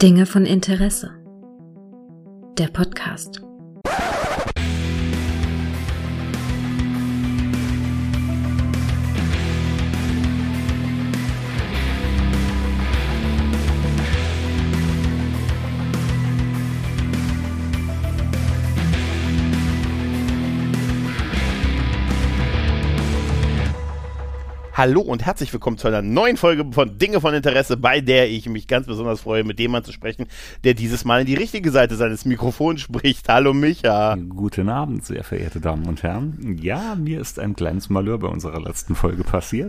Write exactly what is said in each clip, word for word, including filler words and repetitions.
Dinge von Interesse. Der Podcast. Hallo und herzlich willkommen zu einer neuen Folge von Dinge von Interesse, bei der ich mich ganz besonders freue, mit dem Mann zu sprechen, der dieses Mal in die richtige Seite seines Mikrofons spricht. Hallo Micha. Guten Abend, sehr verehrte Damen und Herren. Ja, mir ist ein kleines Malheur bei unserer letzten Folge passiert.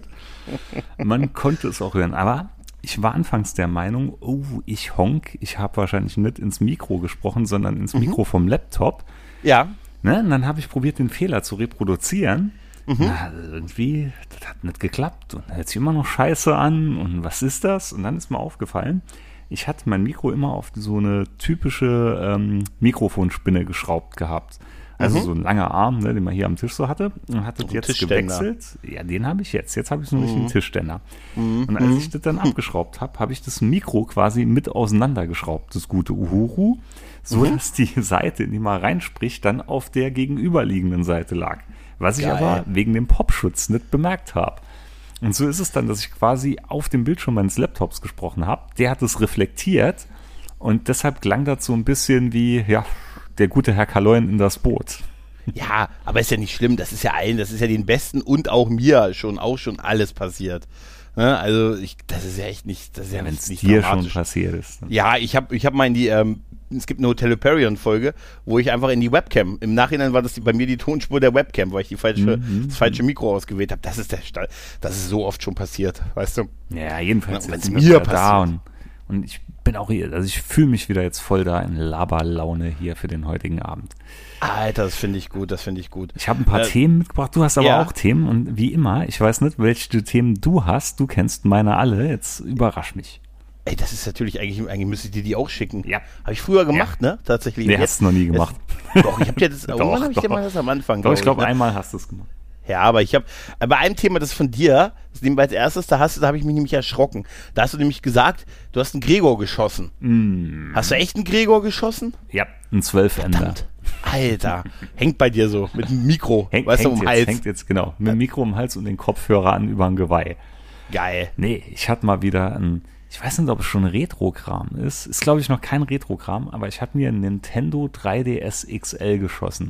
Man konnte es auch hören, aber ich war anfangs der Meinung, oh, ich honk, ich habe wahrscheinlich nicht ins Mikro gesprochen, sondern ins Mikro mhm. vom Laptop. Ja. Ne? Und dann habe ich probiert, den Fehler zu reproduzieren. Mhm. Na, irgendwie, das hat nicht geklappt und hört sich immer noch scheiße an und was ist das? Und dann ist mir aufgefallen, ich hatte mein Mikro immer auf so eine typische ähm, Mikrofonspinne geschraubt gehabt. Also mhm. so ein langer Arm, ne, den man hier am Tisch so hatte, und hat das jetzt gewechselt. Ja, den habe ich jetzt. Jetzt habe ich so einen mhm. richtigen Tischständer. Mhm. Und als ich das dann abgeschraubt habe, habe ich das Mikro quasi mit auseinandergeschraubt, das gute Uhuru, so mhm. dass die Seite, in die man reinspricht, dann auf der gegenüberliegenden Seite lag. Was Geil. Ich aber wegen dem Popschutz nicht bemerkt habe. Und so ist es dann, dass ich quasi auf dem Bildschirm meines Laptops gesprochen habe. Der hat es reflektiert und deshalb klang das so ein bisschen wie, ja, der gute Herr Kaloyan in das Boot. Ja, aber ist ja nicht schlimm. Das ist ja allen, das ist ja den Besten und auch mir schon, auch schon alles passiert. Ne? Also ich, das ist ja echt nicht, das ist ja, ja wenn es nicht dir dramatisch. Schon passiert ist. Ne? Ja, ich habe, ich habe mal in die, ähm, es gibt eine Hotel Hyperion-Folge, wo ich einfach in die Webcam, im Nachhinein war das die, bei mir die Tonspur der Webcam, weil ich die falsche, mhm. das falsche Mikro ausgewählt habe. Das ist der Stall, das ist so oft schon passiert, weißt du? Ja, jedenfalls. Wenn es mir passiert. Da und, und ich bin auch hier, also ich fühle mich wieder jetzt voll da in Laberlaune hier für den heutigen Abend. Alter, das finde ich gut, das finde ich gut. Ich habe ein paar äh, Themen mitgebracht, du hast aber ja. auch Themen und wie immer, ich weiß nicht, welche Themen du hast, du kennst meine alle, jetzt überrasch mich. Ey, das ist natürlich, eigentlich, eigentlich müsste ich dir die auch schicken. Ja. Habe ich früher gemacht, ja. ne? Tatsächlich. Nee, hast du noch nie gemacht. Es, doch, ich habe dir das, irgendwann habe ich dir mal das am Anfang. Doch, ich glaube, ne? einmal hast du es gemacht. Ja, aber ich habe, bei einem Thema, das von dir, das nehmen wir als erstes, da hast du, da habe ich mich nämlich erschrocken. Da hast du nämlich gesagt, du hast einen Gregor geschossen. Mm. Hast du echt einen Gregor geschossen? Ja, einen Zwölfender. Alter, hängt bei dir so, mit dem Mikro, Häng, weißt du, um den Hals. Hals. Hängt jetzt, genau, mit dem Mikro um den Hals und den Kopfhörer an über den Geweih. Geil. Nee, ich hatte mal wieder ein, ich weiß nicht, ob es schon ein Retro-Kram ist. Ist, glaube ich, noch kein Retro-Kram, aber ich hatte mir einen Nintendo drei D S X L geschossen.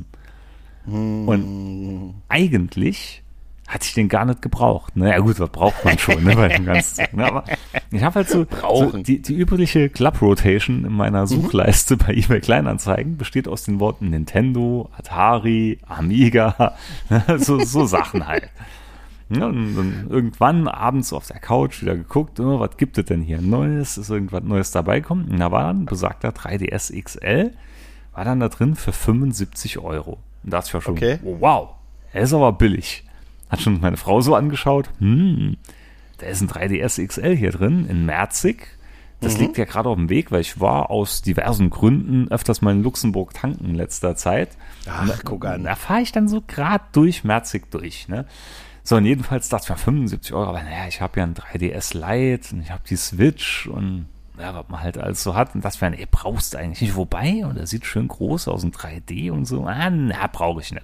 Hm. Und eigentlich hatte ich den gar nicht gebraucht. Naja gut, was braucht man schon, ne, bei dem ganzen Zeug, ne? Aber ich habe halt so, so die, die übliche Club-Rotation in meiner Suchleiste mhm. bei eBay Kleinanzeigen besteht aus den Worten Nintendo, Atari, Amiga, ne, so, so Sachen halt. Ja, und dann irgendwann abends auf der Couch wieder geguckt, oh, was gibt es denn hier Neues? Ist irgendwas Neues dabei gekommen? Und da war dann besagter drei D S X L, war dann da drin für fünfundsiebzig Euro. Und das war schon, okay. oh, wow, der ist aber billig. Hat schon meine Frau so angeschaut, hm, da ist ein drei D S X L hier drin, in Merzig. Das mhm. liegt ja gerade auf dem Weg, weil ich war aus diversen Gründen öfters mal in Luxemburg tanken in letzter Zeit. Ach, da, guck an. Da fahre ich dann so gerade durch Merzig durch, ne? So, und jedenfalls dachte ich mir fünfundsiebzig Euro, aber naja, ich habe ja ein drei D S Lite und ich habe die Switch und ja, was man halt alles so hat. Und das wäre, ey, brauchst du eigentlich nicht. Wobei, und der sieht schön groß aus, ein drei D und so. Ah, na, brauche ich nicht.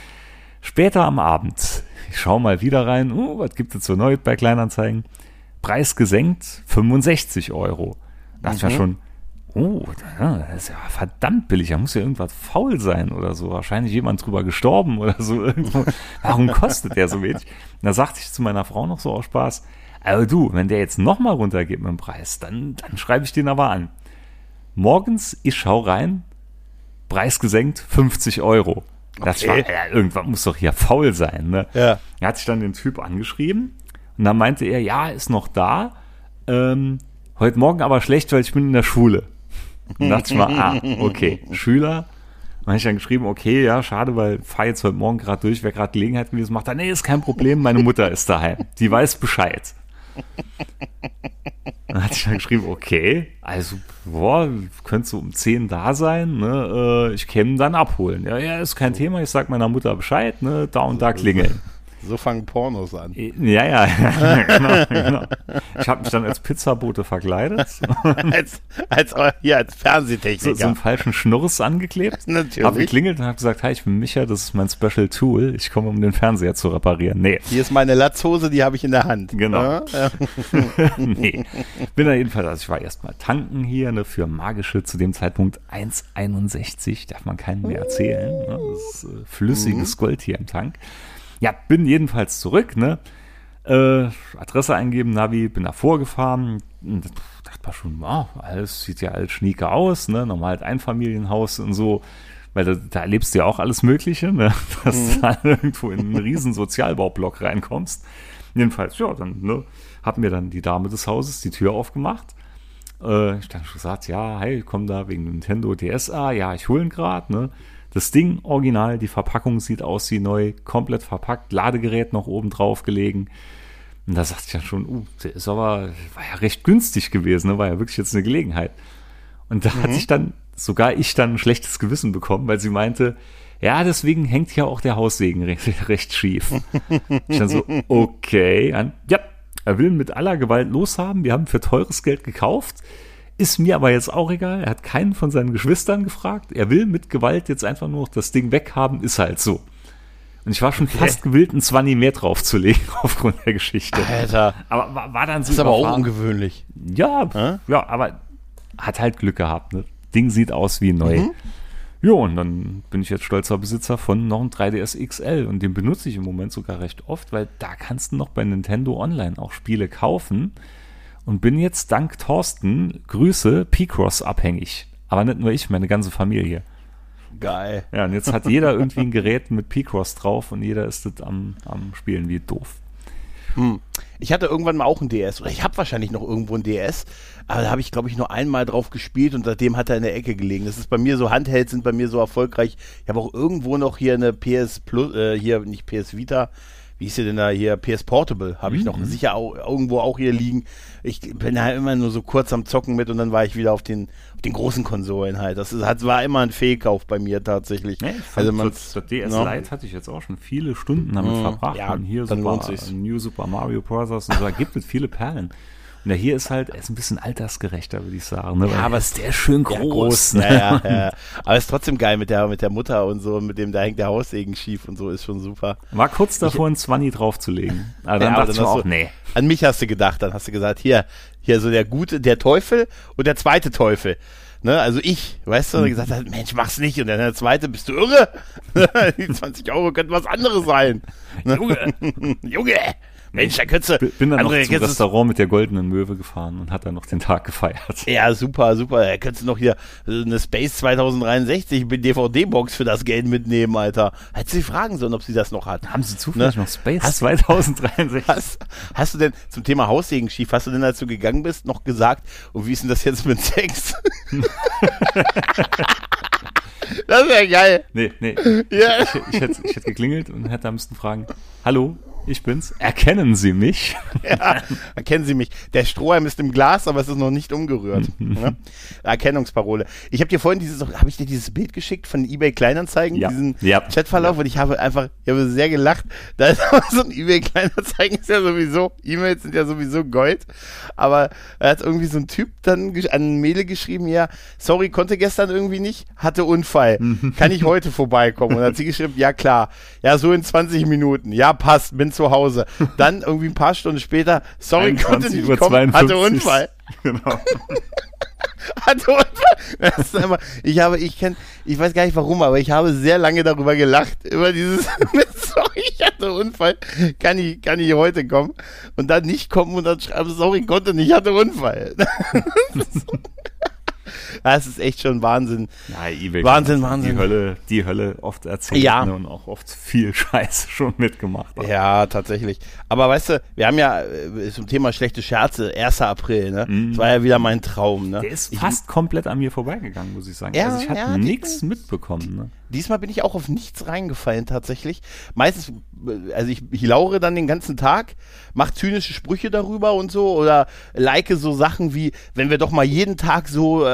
Später am Abend, ich schaue mal wieder rein, uh, was gibt es so neu bei Kleinanzeigen? Preis gesenkt, fünfundsechzig Euro. Da dachte ich mir schon, oh, das ist ja verdammt billig, da muss ja irgendwas faul sein oder so. Wahrscheinlich jemand drüber gestorben oder so. Irgendwo. Warum kostet der so wenig? Und da sagte ich zu meiner Frau noch so aus Spaß, aber du, wenn der jetzt nochmal runtergeht mit dem Preis, dann, dann schreibe ich den aber an. Morgens, ich schaue rein, Preis gesenkt, fünfzig Euro. Das okay. war, ja, irgendwas muss doch hier faul sein, ne? Ja. Er hat sich dann den Typ angeschrieben und dann meinte er, ja, ist noch da, ähm, heute Morgen aber schlecht, weil ich bin in der Schule. Und dachte ich mal, ah, okay, Schüler. Dann habe ich dann geschrieben, okay, ja, schade, weil fahr jetzt heute Morgen gerade durch, wer gerade Gelegenheit gewesen macht, nee, ist kein Problem, meine Mutter ist daheim, die weiß Bescheid. Dann hatte ich dann geschrieben, okay, also, boah, könntest du um zehn da sein, ne, äh, ich käme dann abholen. Ja, ja, ist kein Thema, ich sag meiner Mutter Bescheid, ne, da und da klingeln. So fangen Pornos an. Ja, ja, ja genau, genau. Ich habe mich dann als Pizzabote verkleidet. als, als, hier, als Fernsehtechniker. So, so einen falschen Schnurres angeklebt. Natürlich. Habe geklingelt und habe gesagt, hi, ich bin Micha, das ist mein Special Tool. Ich komme, um den Fernseher zu reparieren. Nee. Hier ist meine Latzhose, die habe ich in der Hand. Genau. Ja? Nee. Bin da jedenfalls, also ich war erstmal tanken hier, ne, für magische, zu dem Zeitpunkt eins Komma einundsechzig, darf man keinem mehr erzählen. Ne? Das ist äh, flüssiges mhm. Gold hier im Tank. Ja, bin jedenfalls zurück, ne? Äh, Adresse eingeben, Navi, bin da vorgefahren. Dachte mal schon, wow, alles sieht ja alles schnieke aus, ne? Normal halt Einfamilienhaus und so, weil da, da erlebst du ja auch alles Mögliche, ne? Dass mhm. du da irgendwo in einen riesen Sozialbaublock reinkommst. Jedenfalls, ja, dann ne, hat mir dann die Dame des Hauses die Tür aufgemacht. Äh, ich dann schon gesagt, ja, hey, komm da wegen Nintendo D S A, ja, ich hole ihn gerade, ne? Das Ding original, die Verpackung sieht aus wie neu, komplett verpackt, Ladegerät noch oben drauf gelegen. Und da sagte ich ja schon, uh, der ist aber, war ja recht günstig gewesen, ne? War ja wirklich jetzt eine Gelegenheit. Und da mhm. hat sich dann, sogar ich dann ein schlechtes Gewissen bekommen, weil sie meinte, ja, deswegen hängt ja auch der Haussegen recht, recht schief. Ich dann so, okay, an, ja, er will mit aller Gewalt loshaben, wir haben für teures Geld gekauft. Ist mir aber jetzt auch egal. Er hat keinen von seinen Geschwistern gefragt. Er will mit Gewalt jetzt einfach nur das Ding weghaben. Ist halt so. Und ich war schon okay. fast gewillt, ein Zwanni mehr draufzulegen aufgrund der Geschichte. Alter. Aber war, war dann so. Das ist aber auch ungewöhnlich. Ja, Hä? ja, aber hat halt Glück gehabt. Ne? Ding sieht aus wie neu. Mhm. Ja, und dann bin ich jetzt stolzer Besitzer von noch einem drei D S X L. Und den benutze ich im Moment sogar recht oft, weil da kannst du noch bei Nintendo Online auch Spiele kaufen. Und bin jetzt dank Thorsten, Grüße, Picross abhängig. Aber nicht nur ich, meine ganze Familie. Geil. Ja, und jetzt hat jeder irgendwie ein Gerät mit Picross drauf und jeder ist das am, am Spielen wie doof. Hm. Ich hatte irgendwann mal auch ein D S, oder ich habe wahrscheinlich noch irgendwo ein D S, aber da habe ich, glaube ich, nur einmal drauf gespielt und seitdem hat er in der Ecke gelegen. Das ist bei mir so, Handhelds sind bei mir so erfolgreich. Ich habe auch irgendwo noch hier eine P S Plus, äh, hier nicht P S Vita, wie ist sie denn da hier? P S Portable habe ich mhm. noch sicher auch, irgendwo auch hier liegen. Ich bin halt immer nur so kurz am Zocken mit und dann war ich wieder auf den, auf den großen Konsolen halt. Das ist, hat, war immer ein Fehlkauf bei mir tatsächlich. Nee, also man, das, das D S no. Lite hatte ich jetzt auch schon viele Stunden damit mhm. verbracht. Ja, und hier dann Super, New Super Mario Bros. Und so, da gibt es viele Perlen. Und der hier ist halt, er ist ein bisschen altersgerechter, würde ich sagen. Ne? Ja, aber ist der schön groß. Ja, groß ne? ja, ja, ja. Aber ist trotzdem geil mit der, mit der Mutter und so, mit dem, da hängt der Haussegen schief und so, ist schon super. War kurz davor, ich, einen Zwanni draufzulegen. Aber dann ja, dachte ich mir auch, du, nee. An mich hast du gedacht, dann hast du gesagt, hier, hier so der Gute, der Teufel und der zweite Teufel. Ne, also ich, weißt du, und gesagt hat, Mensch, mach's nicht. Und dann der zweite, bist du irre? Die zwanzig Euro könnten was anderes sein. Junge, Junge. Mensch, da könntest du... Bin dann noch zum Restaurant mit der goldenen Möwe gefahren und hat dann noch den Tag gefeiert. Ja, super, super. Da könntest du noch hier eine Space zwanzig dreiundsechzig mit D V D-Box für das Geld mitnehmen, Alter. Hättest du sie fragen sollen, ob sie das noch hat. Haben sie zufällig ne? noch Space hast, zwanzig dreiundsechzig? Hast, hast du denn, zum Thema Haussegen schief, hast du denn, als du gegangen bist, noch gesagt, und wie ist denn das jetzt mit Sex? Das wäre geil. Nee, nee. Ja. Ich, ich, ich, hätte, ich hätte geklingelt und hätte am besten fragen, hallo? Ich bin's. Erkennen Sie mich? Ja, erkennen Sie mich. Der Strohhalm ist im Glas, aber es ist noch nicht umgerührt. Ne? Erkennungsparole. Ich habe dir vorhin dieses, habe ich dir dieses Bild geschickt von eBay Kleinanzeigen, ja. diesen ja. Chatverlauf ja. und ich habe einfach, ich habe sehr gelacht. Da ist aber so ein eBay Kleinanzeigen ist ja sowieso, E-Mails sind ja sowieso Gold, aber er hat irgendwie so ein Typ dann an Mail geschrieben, ja, sorry, konnte gestern irgendwie nicht, hatte Unfall. Kann ich heute vorbeikommen? Und dann hat sie geschrieben, ja klar, ja so in zwanzig Minuten, ja passt, bin zu Hause. Dann irgendwie ein paar Stunden später, sorry, konnte nicht kommen, hatte Unfall. Genau. Hatte Unfall. Das ist einfach, ich habe, ich kenn, ich weiß gar nicht warum, aber ich habe sehr lange darüber gelacht, über dieses, sorry, ich hatte Unfall, kann ich, kann ich heute kommen? Und dann nicht kommen und dann schreiben, sorry, konnte nicht, hatte Unfall. Das ist echt schon Wahnsinn. Ja, eBay Wahnsinn, Wahnsinn. Die Hölle, die Hölle oft erzählt ja. ne, und auch oft viel Scheiße schon mitgemacht. Hat. Ja, tatsächlich. Aber weißt du, wir haben ja äh, zum Thema schlechte Scherze, erster April, ne? Mm. Das war ja wieder mein Traum, ne? Der ist ich, fast komplett an mir vorbeigegangen, muss ich sagen. Ja, also ich hatte ja, nichts mitbekommen, ne? Diesmal bin ich auch auf nichts reingefallen tatsächlich. Meistens, also ich, ich laure dann den ganzen Tag, mache zynische Sprüche darüber und so oder like so Sachen wie, wenn wir doch mal jeden Tag so äh, Mister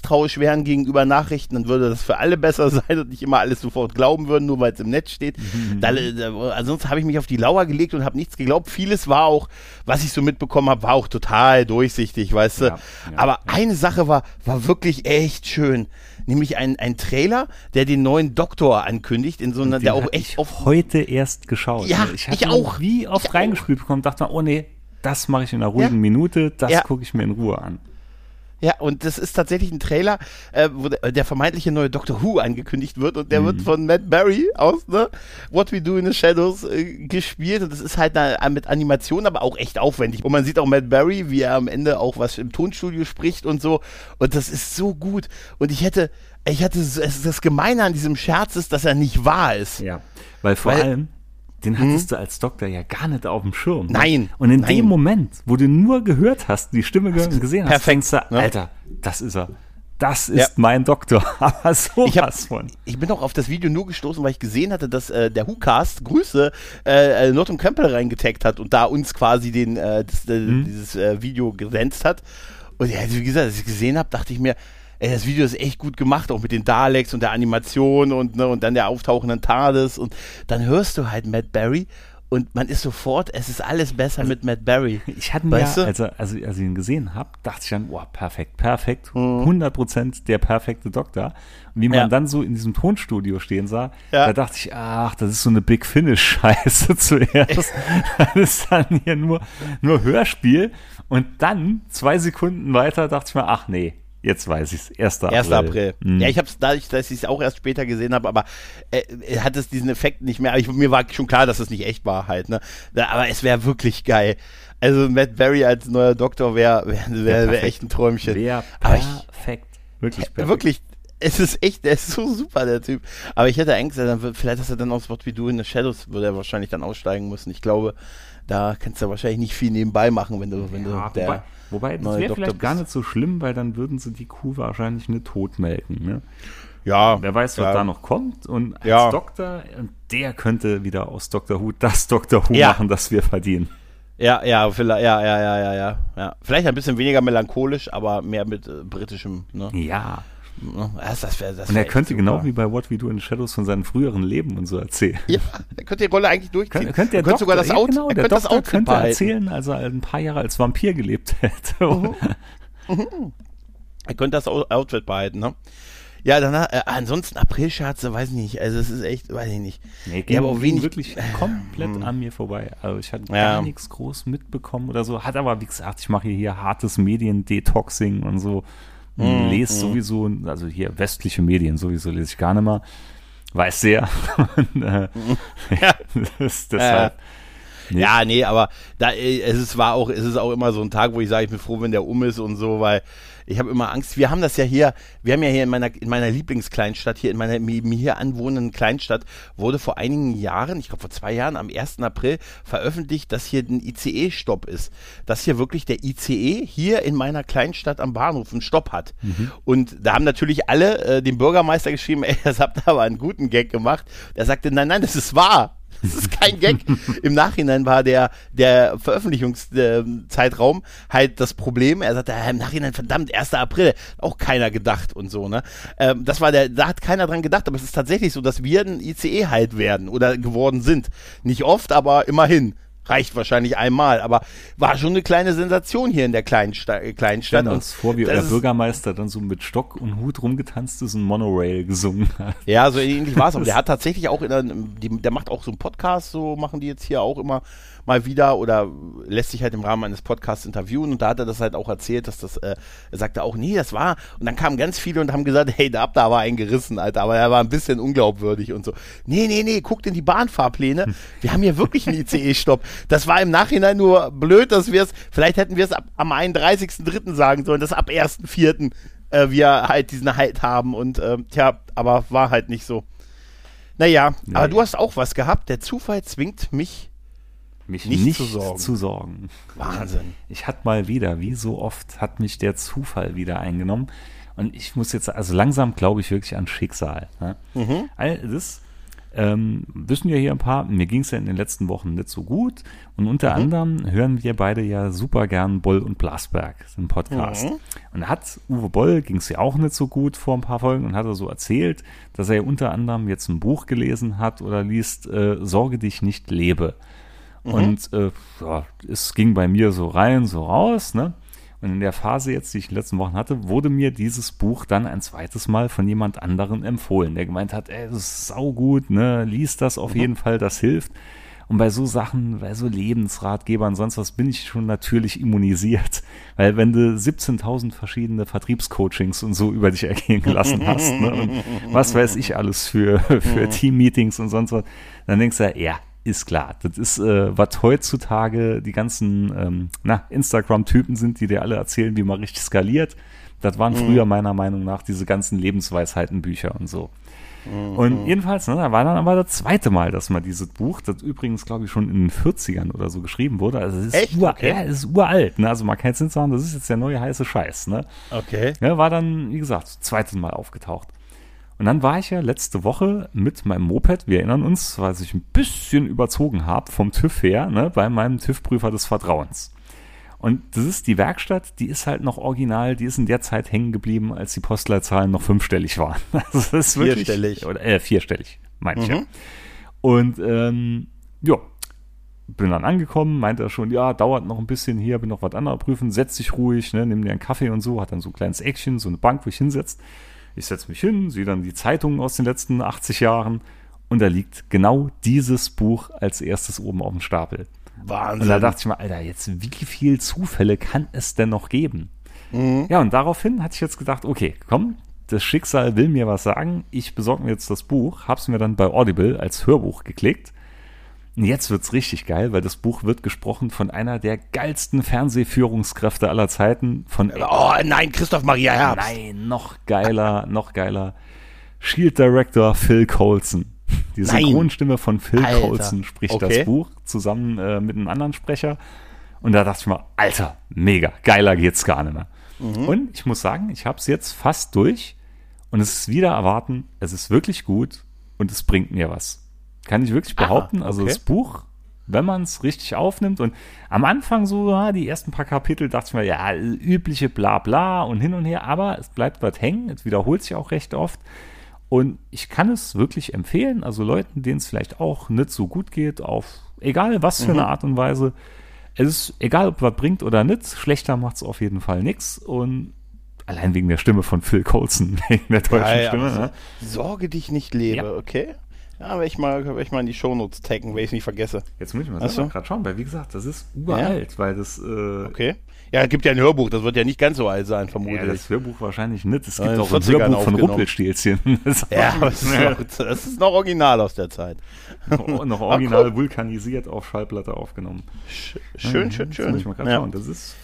misstrauisch wären gegenüber Nachrichten, dann würde das für alle besser sein und nicht immer alles sofort glauben würden, nur weil es im Netz steht. Mhm. Da, da, ansonsten habe ich mich auf die Lauer gelegt und habe nichts geglaubt. Vieles war auch, was ich so mitbekommen habe, war auch total durchsichtig, weißt du. Ja, ja, Aber ja. eine Sache war, war wirklich echt schön. Nämlich ein, ein Trailer, der den neuen Doktor ankündigt, in so einer, der auch echt auf heute erst geschaut. Ja, ich, ich auch. Wie oft ich reingespielt bekommen, dachte man, oh nee, das mache ich in einer ruhigen ja. Minute, das ja. gucke ich mir in Ruhe an. Ja, und das ist tatsächlich ein Trailer, äh, wo der, der vermeintliche neue Doctor Who angekündigt wird und der mhm. wird von Matt Berry aus ne, What We Do in the Shadows äh, gespielt und das ist halt eine, mit Animation, aber auch echt aufwendig. Und man sieht auch Matt Berry, wie er am Ende auch was im Tonstudio spricht und so und das ist so gut und ich hätte, ich hatte, das Gemeine an diesem Scherz ist, dass er nicht wahr ist. Ja, weil vor weil, allem den hattest hm? du als Doktor ja gar nicht auf dem Schirm. Nein. Und in nein. dem Moment, wo du nur gehört hast, die Stimme ge- gesehen hast, denkst du, ne? Alter, das ist er. Das ist ja. mein Doktor. Aber sowas ich hab, von. Ich bin auch auf das Video nur gestoßen, weil ich gesehen hatte, dass äh, der Who-Cast Grüße äh, Norton Campbell reingetaggt hat und da uns quasi den, äh, das, äh, hm? dieses äh, Video gesenzt hat. Und ja, wie gesagt, als ich gesehen habe, dachte ich mir, ey, das Video ist echt gut gemacht, auch mit den Daleks und der Animation und, ne, und dann der auftauchenden TARDIS und dann hörst du halt Matt Berry und man ist sofort, es ist alles besser also, mit Matt Berry. Ich hatte mir ja, als, als, als ich ihn gesehen habe, dachte ich dann, wow, perfekt, perfekt, mhm. hundert Prozent der perfekte Doktor. Und wie man ja. dann so in diesem Tonstudio stehen sah, ja. da dachte ich, ach, das ist so eine Big Finish-Scheiße zuerst. Das ist dann hier nur, nur Hörspiel und dann, zwei Sekunden weiter, dachte ich mir, ach nee, jetzt weiß ich es. erster April. erster April. Mhm. Ja, ich habe es dadurch, dass ich es auch erst später gesehen habe, aber äh, hat es diesen Effekt nicht mehr. Ich, mir war schon klar, dass es nicht echt war halt. Ne? Aber es wäre wirklich geil. Also Matt Berry als neuer Doktor wäre wär, wär, wär echt ein Träumchen. Wäre perfekt. Wirklich perfekt. Wirklich. Es ist echt, der ist so super, der Typ. Aber ich hätte Angst, dann wird, vielleicht, dass er dann aus What We Do in the Shadows würde er wahrscheinlich dann aussteigen müssen. Ich glaube, da kannst du wahrscheinlich nicht viel nebenbei machen, wenn du, wenn ja, du der wobei, wobei das wäre vielleicht gar nicht so schlimm, weil dann würden sie die Kuh wahrscheinlich nicht totmelken. Ne? Ja. Wer weiß, was ja. da noch kommt. Und als ja. Doktor, der könnte wieder aus Doctor Who das Doctor Who ja. machen, das wir verdienen. Ja, ja, vielleicht, ja, ja, ja, ja, ja, ja. Vielleicht ein bisschen weniger melancholisch, aber mehr mit äh, britischem, ne? Ja. Das, das wär, das und er könnte super. Genau wie bei What We Do in the Shadows von seinem früheren Leben und so erzählen. Ja, er könnte die Rolle eigentlich durchziehen. Kön könnte der Doktor, sogar das Out, ja, genau, er der könnte Doktor das könnte erzählen, als er ein paar Jahre als Vampir gelebt hätte. Mhm. Mhm. Er könnte das Outfit behalten, ne? Ja, danach, äh, ansonsten Aprilscherze, weiß ich nicht. Also es ist echt, weiß ich nicht. Nee, ging, aber auch wenig, wirklich komplett an mir vorbei. Also ich hatte ja. gar nichts groß mitbekommen oder so. Hat aber, wie gesagt, ich mache hier hartes Medien-Detoxing und so. Mm, lese mm. sowieso, also hier westliche Medien sowieso lese ich gar nicht mehr. Weiß sehr. und, äh, ja. das, deshalb. Äh. Nee. Ja, nee, aber da, es ist, war auch, es ist auch immer so ein Tag, wo ich sage, ich bin froh, wenn der um ist und so, weil ich habe immer Angst. Wir haben das ja hier, wir haben ja hier in meiner, in meiner Lieblingskleinstadt, hier in meiner mir hier anwohnenden Kleinstadt, wurde vor einigen Jahren, ich glaube vor zwei Jahren, am ersten April veröffentlicht, dass hier ein I C E-Stopp ist. Dass hier wirklich der I C E hier in meiner Kleinstadt am Bahnhof einen Stopp hat. Mhm. Und da haben natürlich alle äh, dem Bürgermeister geschrieben, ey, das habt ihr aber einen guten Gag gemacht. Der sagte, nein, nein, das ist wahr. Das ist kein Gag. Im Nachhinein war der, der Veröffentlichungszeitraum halt das Problem. Er sagte, im Nachhinein, verdammt, erster April, auch keiner gedacht und so, ne? Ähm, das war der, da hat keiner dran gedacht, aber es ist tatsächlich so, dass wir ein I C E halt werden oder geworden sind. Nicht oft, aber immerhin. Reicht wahrscheinlich einmal, aber war schon eine kleine Sensation hier in der Kleinsta- Kleinstadt. Stell uns vor, wie euer Bürgermeister dann so mit Stock und Hut rumgetanzt ist und Monorail gesungen hat. Ja, so ähnlich war es. Aber der hat tatsächlich auch, in der, die, der macht auch so einen Podcast, so machen die jetzt hier auch immer mal wieder oder lässt sich halt im Rahmen eines Podcasts interviewen und da hat er das halt auch erzählt, dass das, äh, er sagte auch, nee, das war, und dann kamen ganz viele und haben gesagt, hey, da habt ihr aber einen gerissen, Alter, aber er war ein bisschen unglaubwürdig und so. Nee, nee, nee, guckt in die Bahnfahrpläne, wir haben hier wirklich einen I C E-Stopp. Das war im Nachhinein nur blöd, dass wir es, vielleicht hätten wir es ab, am einunddreißigsten dritten sagen sollen, dass ab ersten vierten äh, wir halt diesen Halt haben und äh, tja, aber war halt nicht so. Naja, nee. Aber du hast auch was gehabt, der Zufall zwingt mich mich nicht, nicht zu, sorgen. zu sorgen. Wahnsinn. Ich hatte mal wieder, wie so oft, hat mich der Zufall wieder eingenommen. Und ich muss jetzt, also langsam glaube ich wirklich an Schicksal. Ne? Mhm. All das, ähm, wissen ja hier ein paar, mir ging es ja in den letzten Wochen nicht so gut und unter mhm. anderem hören wir beide ja super gern Boll und Blasberg, den Podcast. Mhm. Und da hat Uwe Boll, ging es ja auch nicht so gut vor ein paar Folgen und hat er so erzählt, dass er ja unter anderem jetzt ein Buch gelesen hat oder liest, äh, Sorge dich nicht, lebe. Mhm. Und äh, ja, es ging bei mir so rein, so raus, ne? Und in der Phase jetzt, die ich in den letzten Wochen hatte, wurde mir dieses Buch dann ein zweites Mal von jemand anderen empfohlen, der gemeint hat, ey, das ist saugut, ne, lies das auf mhm. jeden Fall, das hilft. Und bei so Sachen, bei so Lebensratgebern, sonst was, bin ich schon natürlich immunisiert. Weil wenn du siebzehntausend verschiedene Vertriebscoachings und so über dich ergehen gelassen hast, ne, und was weiß ich alles für, für Teammeetings und sonst was, dann denkst du ja, ist klar, das ist, äh, was heutzutage die ganzen ähm, na, Instagram-Typen sind, die dir alle erzählen, wie man richtig skaliert. Das waren mhm. früher meiner Meinung nach diese ganzen Lebensweisheitenbücher und so. Mhm. Und jedenfalls, ne, da war dann aber das zweite Mal, dass man dieses Buch, das übrigens, glaube ich, schon in den vierzigern oder so geschrieben wurde. Also es ist, Echt? Ur, Okay. ja, es ist uralt, ne? Also man kann jetzt nicht sagen, das ist jetzt der neue heiße Scheiß, ne? Okay. Ja, war dann, wie gesagt, zweites Mal aufgetaucht. Und dann war ich ja letzte Woche mit meinem Moped, wir erinnern uns, weil ich ein bisschen überzogen habe vom TÜV her, ne, bei meinem TÜV-Prüfer des Vertrauens. Und das ist die Werkstatt, die ist halt noch original, die ist in der Zeit hängen geblieben, als die Postleitzahlen noch fünfstellig waren. Also das ist wirklich, vierstellig. Oder, äh, vierstellig, meine ich mhm. ja. Und ähm, ja, bin dann angekommen, meinte er schon, ja, dauert noch ein bisschen hier, bin noch was anderes prüfen, setz dich ruhig, ne, nimm dir einen Kaffee und so, hat dann so ein kleines Eckchen, so eine Bank, wo ich hinsetze. Ich setze mich hin, sehe dann die Zeitungen aus den letzten achtzig Jahren und da liegt genau dieses Buch als erstes oben auf dem Stapel. Wahnsinn. Und da dachte ich mir, Alter, jetzt wie viele Zufälle kann es denn noch geben? Mhm. Ja, und daraufhin hatte ich jetzt gedacht, okay, komm, das Schicksal will mir was sagen, ich besorge mir jetzt das Buch, hab's mir dann bei Audible als Hörbuch geklickt. Und jetzt wird's richtig geil, weil das Buch wird gesprochen von einer der geilsten Fernsehführungskräfte aller Zeiten. Von oh nein, Christoph Maria Herbst. Nein, noch geiler, noch geiler. Shield Director Phil Coulson. Die Synchronstimme von Phil Alter. Coulson spricht Okay. das Buch zusammen äh, mit einem anderen Sprecher. Und da dachte ich mal, Alter, mega, geiler geht's gar nicht mehr. Mhm. Und ich muss sagen, ich habe es jetzt fast durch und es ist wieder erwarten, es ist wirklich gut und es bringt mir was. Kann ich wirklich behaupten. Ah, okay. Also das Buch, wenn man es richtig aufnimmt und am Anfang so, ja, die ersten paar Kapitel dachte ich mir, ja, übliche Blabla und hin und her, aber es bleibt was hängen, es wiederholt sich auch recht oft und ich kann es wirklich empfehlen, also Leuten, denen es vielleicht auch nicht so gut geht, auf egal was für mhm. eine Art und Weise, es ist egal, ob was bringt oder nicht, schlechter macht es auf jeden Fall nichts und allein wegen der Stimme von Phil Coulson, wegen der deutschen Geil, Stimme. so, Ne? Sorge dich nicht, lebe, Ja. okay? Ja, werde ich mal, werd ich mal in die Shownotes taggen, wenn ich es nicht vergesse. Jetzt muss ich mal Ach so. gerade schauen, weil wie gesagt, das ist uralt, ja. weil das äh, Okay. Ja, es gibt ja ein Hörbuch, das wird ja nicht ganz so alt sein, ja, vermutlich. das Hörbuch wahrscheinlich nicht. Es Ja, gibt in auch ein vierzigern Hörbuch von aufgenommen. Rumpelstilzchen. Das Ja, aber das ist, noch, das ist noch original aus der Zeit. noch, noch original vulkanisiert auf Schallplatte aufgenommen. Sch- Schön, schön, Jetzt schön. muss ich mal gerade Ja. schauen. Das ist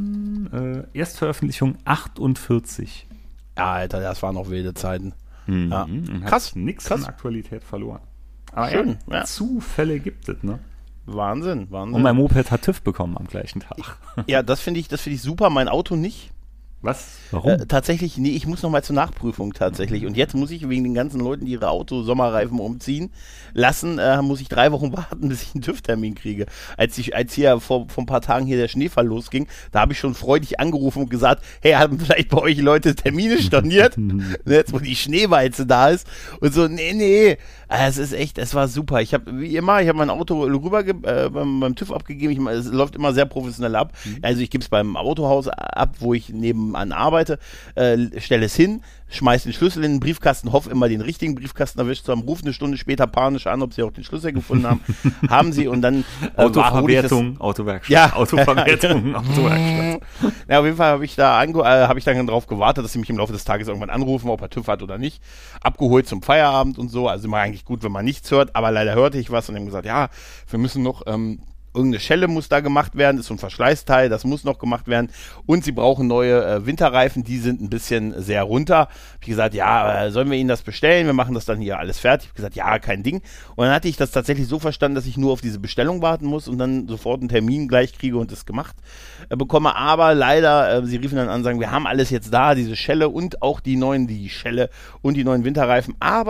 von äh, Erstveröffentlichung achtundvierzig. Ja, Alter, das waren noch wilde Zeiten. Mhm. Ja. Und hat Krass, Nix krass. an Aktualität verloren. Aber Schön, ja, ja. Zufälle gibt es, ne? Wahnsinn, Wahnsinn. Und mein Moped hat TÜV bekommen am gleichen Tag. Ja, das finde ich, das finde ich super. Mein Auto nicht. Was? Warum? Äh, tatsächlich, nee, ich muss noch mal zur Nachprüfung tatsächlich. Und jetzt muss ich wegen den ganzen Leuten, die ihre Auto-Sommerreifen umziehen lassen, äh, muss ich drei Wochen warten, bis ich einen TÜV-Termin kriege. Als ich, als hier vor, vor ein paar Tagen hier der Schneefall losging, da habe ich schon freudig angerufen und gesagt, hey, haben vielleicht bei euch Leute Termine storniert? Jetzt, wo die Schneewalze da ist. Und so, nee, nee. Ah, es ist echt, es war super. Ich habe, wie immer, ich habe mein Auto rüber äh, beim, beim TÜV abgegeben. Ich, es läuft immer sehr professionell ab. Mhm. Also ich gebe es beim Autohaus ab, wo ich nebenan arbeite, äh, stelle es hin, schmeiß den Schlüssel in den Briefkasten, hoffe immer den richtigen Briefkasten erwischt zu haben, rufe eine Stunde später panisch an, ob sie auch den Schlüssel gefunden haben. Haben sie und dann äh, Autoverwertung, Autowerkstatt. Ja. Autoverwertung, Autowerkstatt. Ja, auf jeden Fall habe ich da ange äh, habe ich dann darauf gewartet, dass sie mich im Laufe des Tages irgendwann anrufen, ob er TÜV hat oder nicht. Abgeholt zum Feierabend und so. Also immer eigentlich gut, wenn man nichts hört, aber leider hörte ich was und haben gesagt, ja, wir müssen noch ähm, irgendeine Schelle muss da gemacht werden, ist so ein Verschleißteil, das muss noch gemacht werden und sie brauchen neue äh, Winterreifen, die sind ein bisschen sehr runter. Hab ich gesagt, ja, äh, sollen wir Ihnen das bestellen? Wir machen das dann hier alles fertig. Ich hab gesagt, ja, kein Ding. Und dann hatte ich das tatsächlich so verstanden, dass ich nur auf diese Bestellung warten muss und dann sofort einen Termin gleich kriege und das gemacht äh, bekomme. Aber leider, äh, sie riefen dann an und sagen, wir haben alles jetzt da, diese Schelle und auch die neuen, die Schelle und die neuen Winterreifen, aber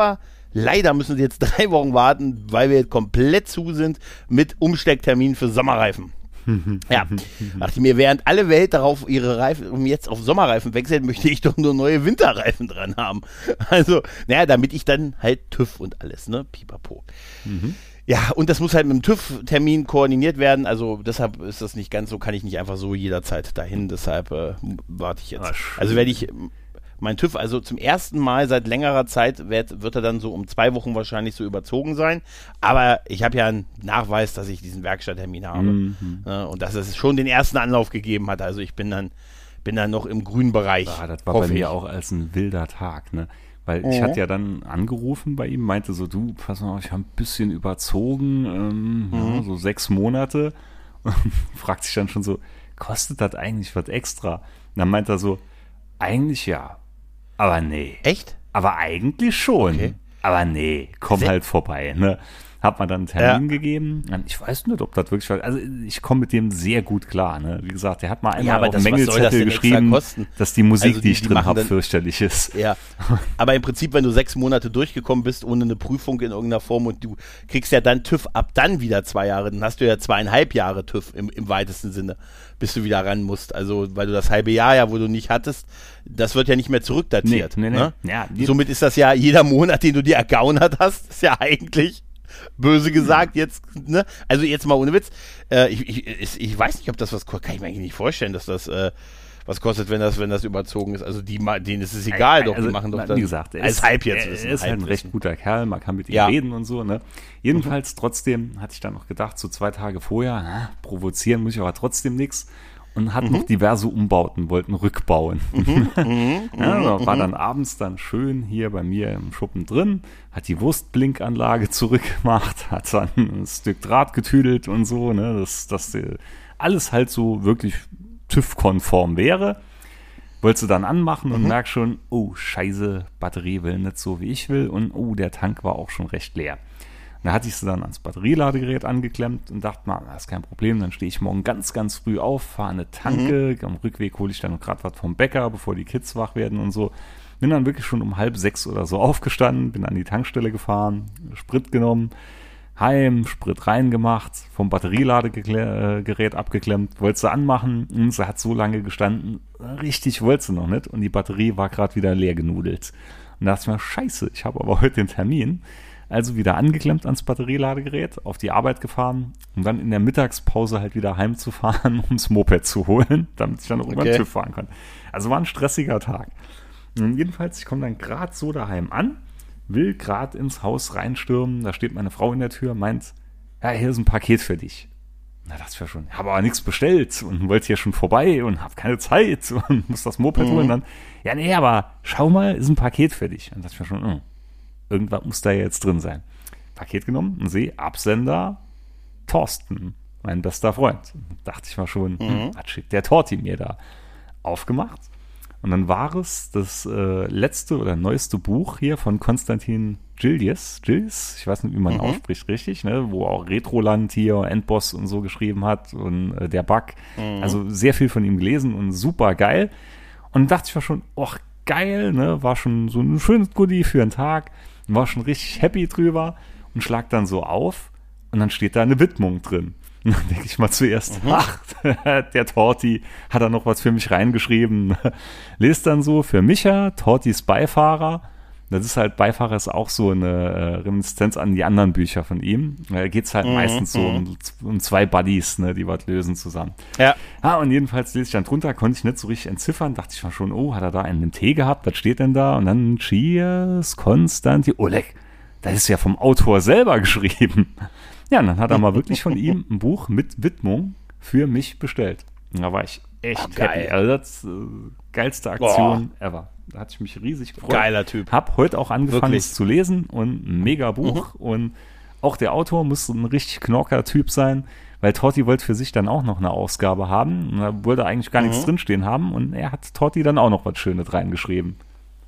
leider müssen Sie jetzt drei Wochen warten, weil wir jetzt komplett zu sind mit Umstecktermin für Sommerreifen. Ja, dachte ich mir, während alle Welt darauf ihre Reifen, um jetzt auf Sommerreifen wechselt, möchte ich doch nur neue Winterreifen dran haben. Also, naja, damit ich dann halt TÜV und alles, ne, pipapo. Mhm. Ja, und das muss halt mit dem TÜV-Termin koordiniert werden, also deshalb ist das nicht ganz so, kann ich nicht einfach so jederzeit dahin, deshalb äh, warte ich jetzt. Ach, also werde ich mein TÜV, also zum ersten Mal seit längerer Zeit wird, wird er dann so um zwei Wochen wahrscheinlich so überzogen sein, aber ich habe ja einen Nachweis, dass ich diesen Werkstatttermin habe, mhm. ne, und dass es schon den ersten Anlauf gegeben hat, also ich bin dann, bin dann noch im grünen Bereich. Ja, das war bei mir ich. auch als ein wilder Tag, ne? Weil ich mhm. hatte ja dann angerufen bei ihm, meinte so, du, pass mal auf, ich habe ein bisschen überzogen, ähm, mhm. ja, so sechs Monate. Und fragt sich dann schon so, kostet das eigentlich was extra? Und dann meint er so, eigentlich ja, aber nee. Echt? Aber eigentlich schon. Okay. Aber nee, komm Se- halt vorbei, ne? Hat man dann einen Termin ja. gegeben. Ich weiß nicht, ob das wirklich war. Also ich komme mit dem sehr gut klar. Ne? Wie gesagt, der hat mal einmal ja, auf dem Mängelzettel geschrieben, dass die Musik, also die, die ich drin habe, fürchterlich ist. Ja, aber im Prinzip, wenn du sechs Monate durchgekommen bist, ohne eine Prüfung in irgendeiner Form und du kriegst ja dann TÜV ab dann wieder zwei Jahre, dann hast du ja zweieinhalb Jahre TÜV im, im weitesten Sinne, bis du wieder ran musst. Also weil du das halbe Jahr ja, wo du nicht hattest, das wird ja nicht mehr zurückdatiert. Nee, nee, nee. Ne? Ja, Somit ist das ja jeder Monat, den du dir ergaunert hast, ist ja eigentlich... Böse gesagt, jetzt, ne? Also jetzt mal ohne Witz. Äh, ich, ich, ich weiß nicht, ob das was kostet. Kann ich mir eigentlich nicht vorstellen, dass das äh, was kostet, wenn das, wenn das überzogen ist. Also die, denen ist es egal, also, doch, die machen doch dann. Wie gesagt, er als ist, Halb jetzt er, wissen, er ist halt ein recht guter Kerl, man kann mit ihm ja. reden und so, ne? Jedenfalls mhm. trotzdem hatte ich dann noch gedacht, so zwei Tage vorher, na, provozieren muss ich aber trotzdem nichts. Und hat mhm. noch diverse Umbauten, wollten rückbauen. Mhm. Mhm. Ja, war dann abends dann schön hier bei mir im Schuppen drin, hat die Wurstblinkanlage zurückgemacht, hat dann ein Stück Draht getüdelt und so, ne, dass das alles halt so wirklich TÜV-konform wäre. Wolltest du dann anmachen und mhm. merkst schon, oh scheiße, Batterie will nicht so, wie ich will und oh, der Tank war auch schon recht leer. Da hatte ich sie dann ans Batterieladegerät angeklemmt und dachte mal, das ist kein Problem, dann stehe ich morgen ganz, ganz früh auf, fahre eine Tanke, mhm. am Rückweg hole ich dann gerade was vom Bäcker, bevor die Kids wach werden und so. Bin dann wirklich schon um halb sechs oder so aufgestanden, bin an die Tankstelle gefahren, Sprit genommen, heim, Sprit reingemacht, vom Batterieladegerät abgeklemmt, wollte sie anmachen und sie hat so lange gestanden, richtig wollte sie noch nicht und die Batterie war gerade wieder leer genudelt. Und da dachte ich mir, scheiße, ich habe aber heute den Termin. Also wieder angeklemmt ans Batterieladegerät, auf die Arbeit gefahren, um dann in der Mittagspause halt wieder heimzufahren, um das Moped zu holen, damit ich dann auch okay. über den TÜV fahren kann. Also war ein stressiger Tag. Und jedenfalls, ich komme dann gerade so daheim an, will gerade ins Haus reinstürmen, da steht meine Frau in der Tür, meint, ja, hier ist ein Paket für dich. Da dachte ich ja schon, ich habe aber nichts bestellt und wollte hier schon vorbei und habe keine Zeit und muss das Moped mhm. holen. Dann, ja, nee, aber schau mal, ist ein Paket für dich. Und da dachte ich mir schon, oh. Irgendwas muss da jetzt drin sein. Paket genommen und sehe, Absender Thorsten, mein bester Freund. Dachte ich mal schon, mhm. hm, was schickt der Torti mir da? Aufgemacht. Und dann war es das äh, letzte oder neueste Buch hier von Konstantin Gillies. Gillies, ich weiß nicht, wie man mhm. ausspricht richtig, ne? Wo auch Retroland hier, Endboss und so geschrieben hat und äh, der Bug. Mhm. Also sehr viel von ihm gelesen und super geil. Und dann dachte ich mir schon, och, geil, ne? War schon so ein schönes Goodie für einen Tag. War schon richtig happy drüber und schlag dann so auf und dann steht da eine Widmung drin. Und dann denke ich mal zuerst, mhm. ach, der Torti hat da noch was für mich reingeschrieben. Lest dann so, für Micha, Tortis Beifahrer. Das ist halt, Beifahrer ist auch so eine äh, Reminiszenz an die anderen Bücher von ihm. Da geht es halt mhm. meistens so um, um zwei Buddies, ne, die was lösen zusammen. Ja. Ah, und jedenfalls lese ich dann drunter, konnte ich nicht so richtig entziffern. Dachte ich mal schon, oh, hat er da einen Tee gehabt? Was steht denn da? Und dann Cheers, Konstantin, Oleg. Das ist ja vom Autor selber geschrieben. Ja, und dann hat er mal wirklich von ihm ein Buch mit Widmung für mich bestellt. Und da war ich echt oh, geil. Happy. Also das äh, geilste Aktion Boah. ever. Da hatte ich mich riesig gefreut. Geiler Typ. Hab heute auch angefangen, Wirklich? es zu lesen und ein mega Buch. Mhm. Und auch der Autor muss ein richtig knorker Typ sein, weil Torti wollte für sich dann auch noch eine Ausgabe haben. Und da wollte eigentlich gar mhm. nichts drinstehen haben. Und er hat Torti dann auch noch was Schönes reingeschrieben.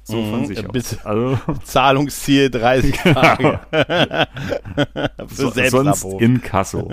So von sich bis aus. Also, Zahlungsziel dreißig Tage. Für so, Selbstabruf. sonst in Kasso.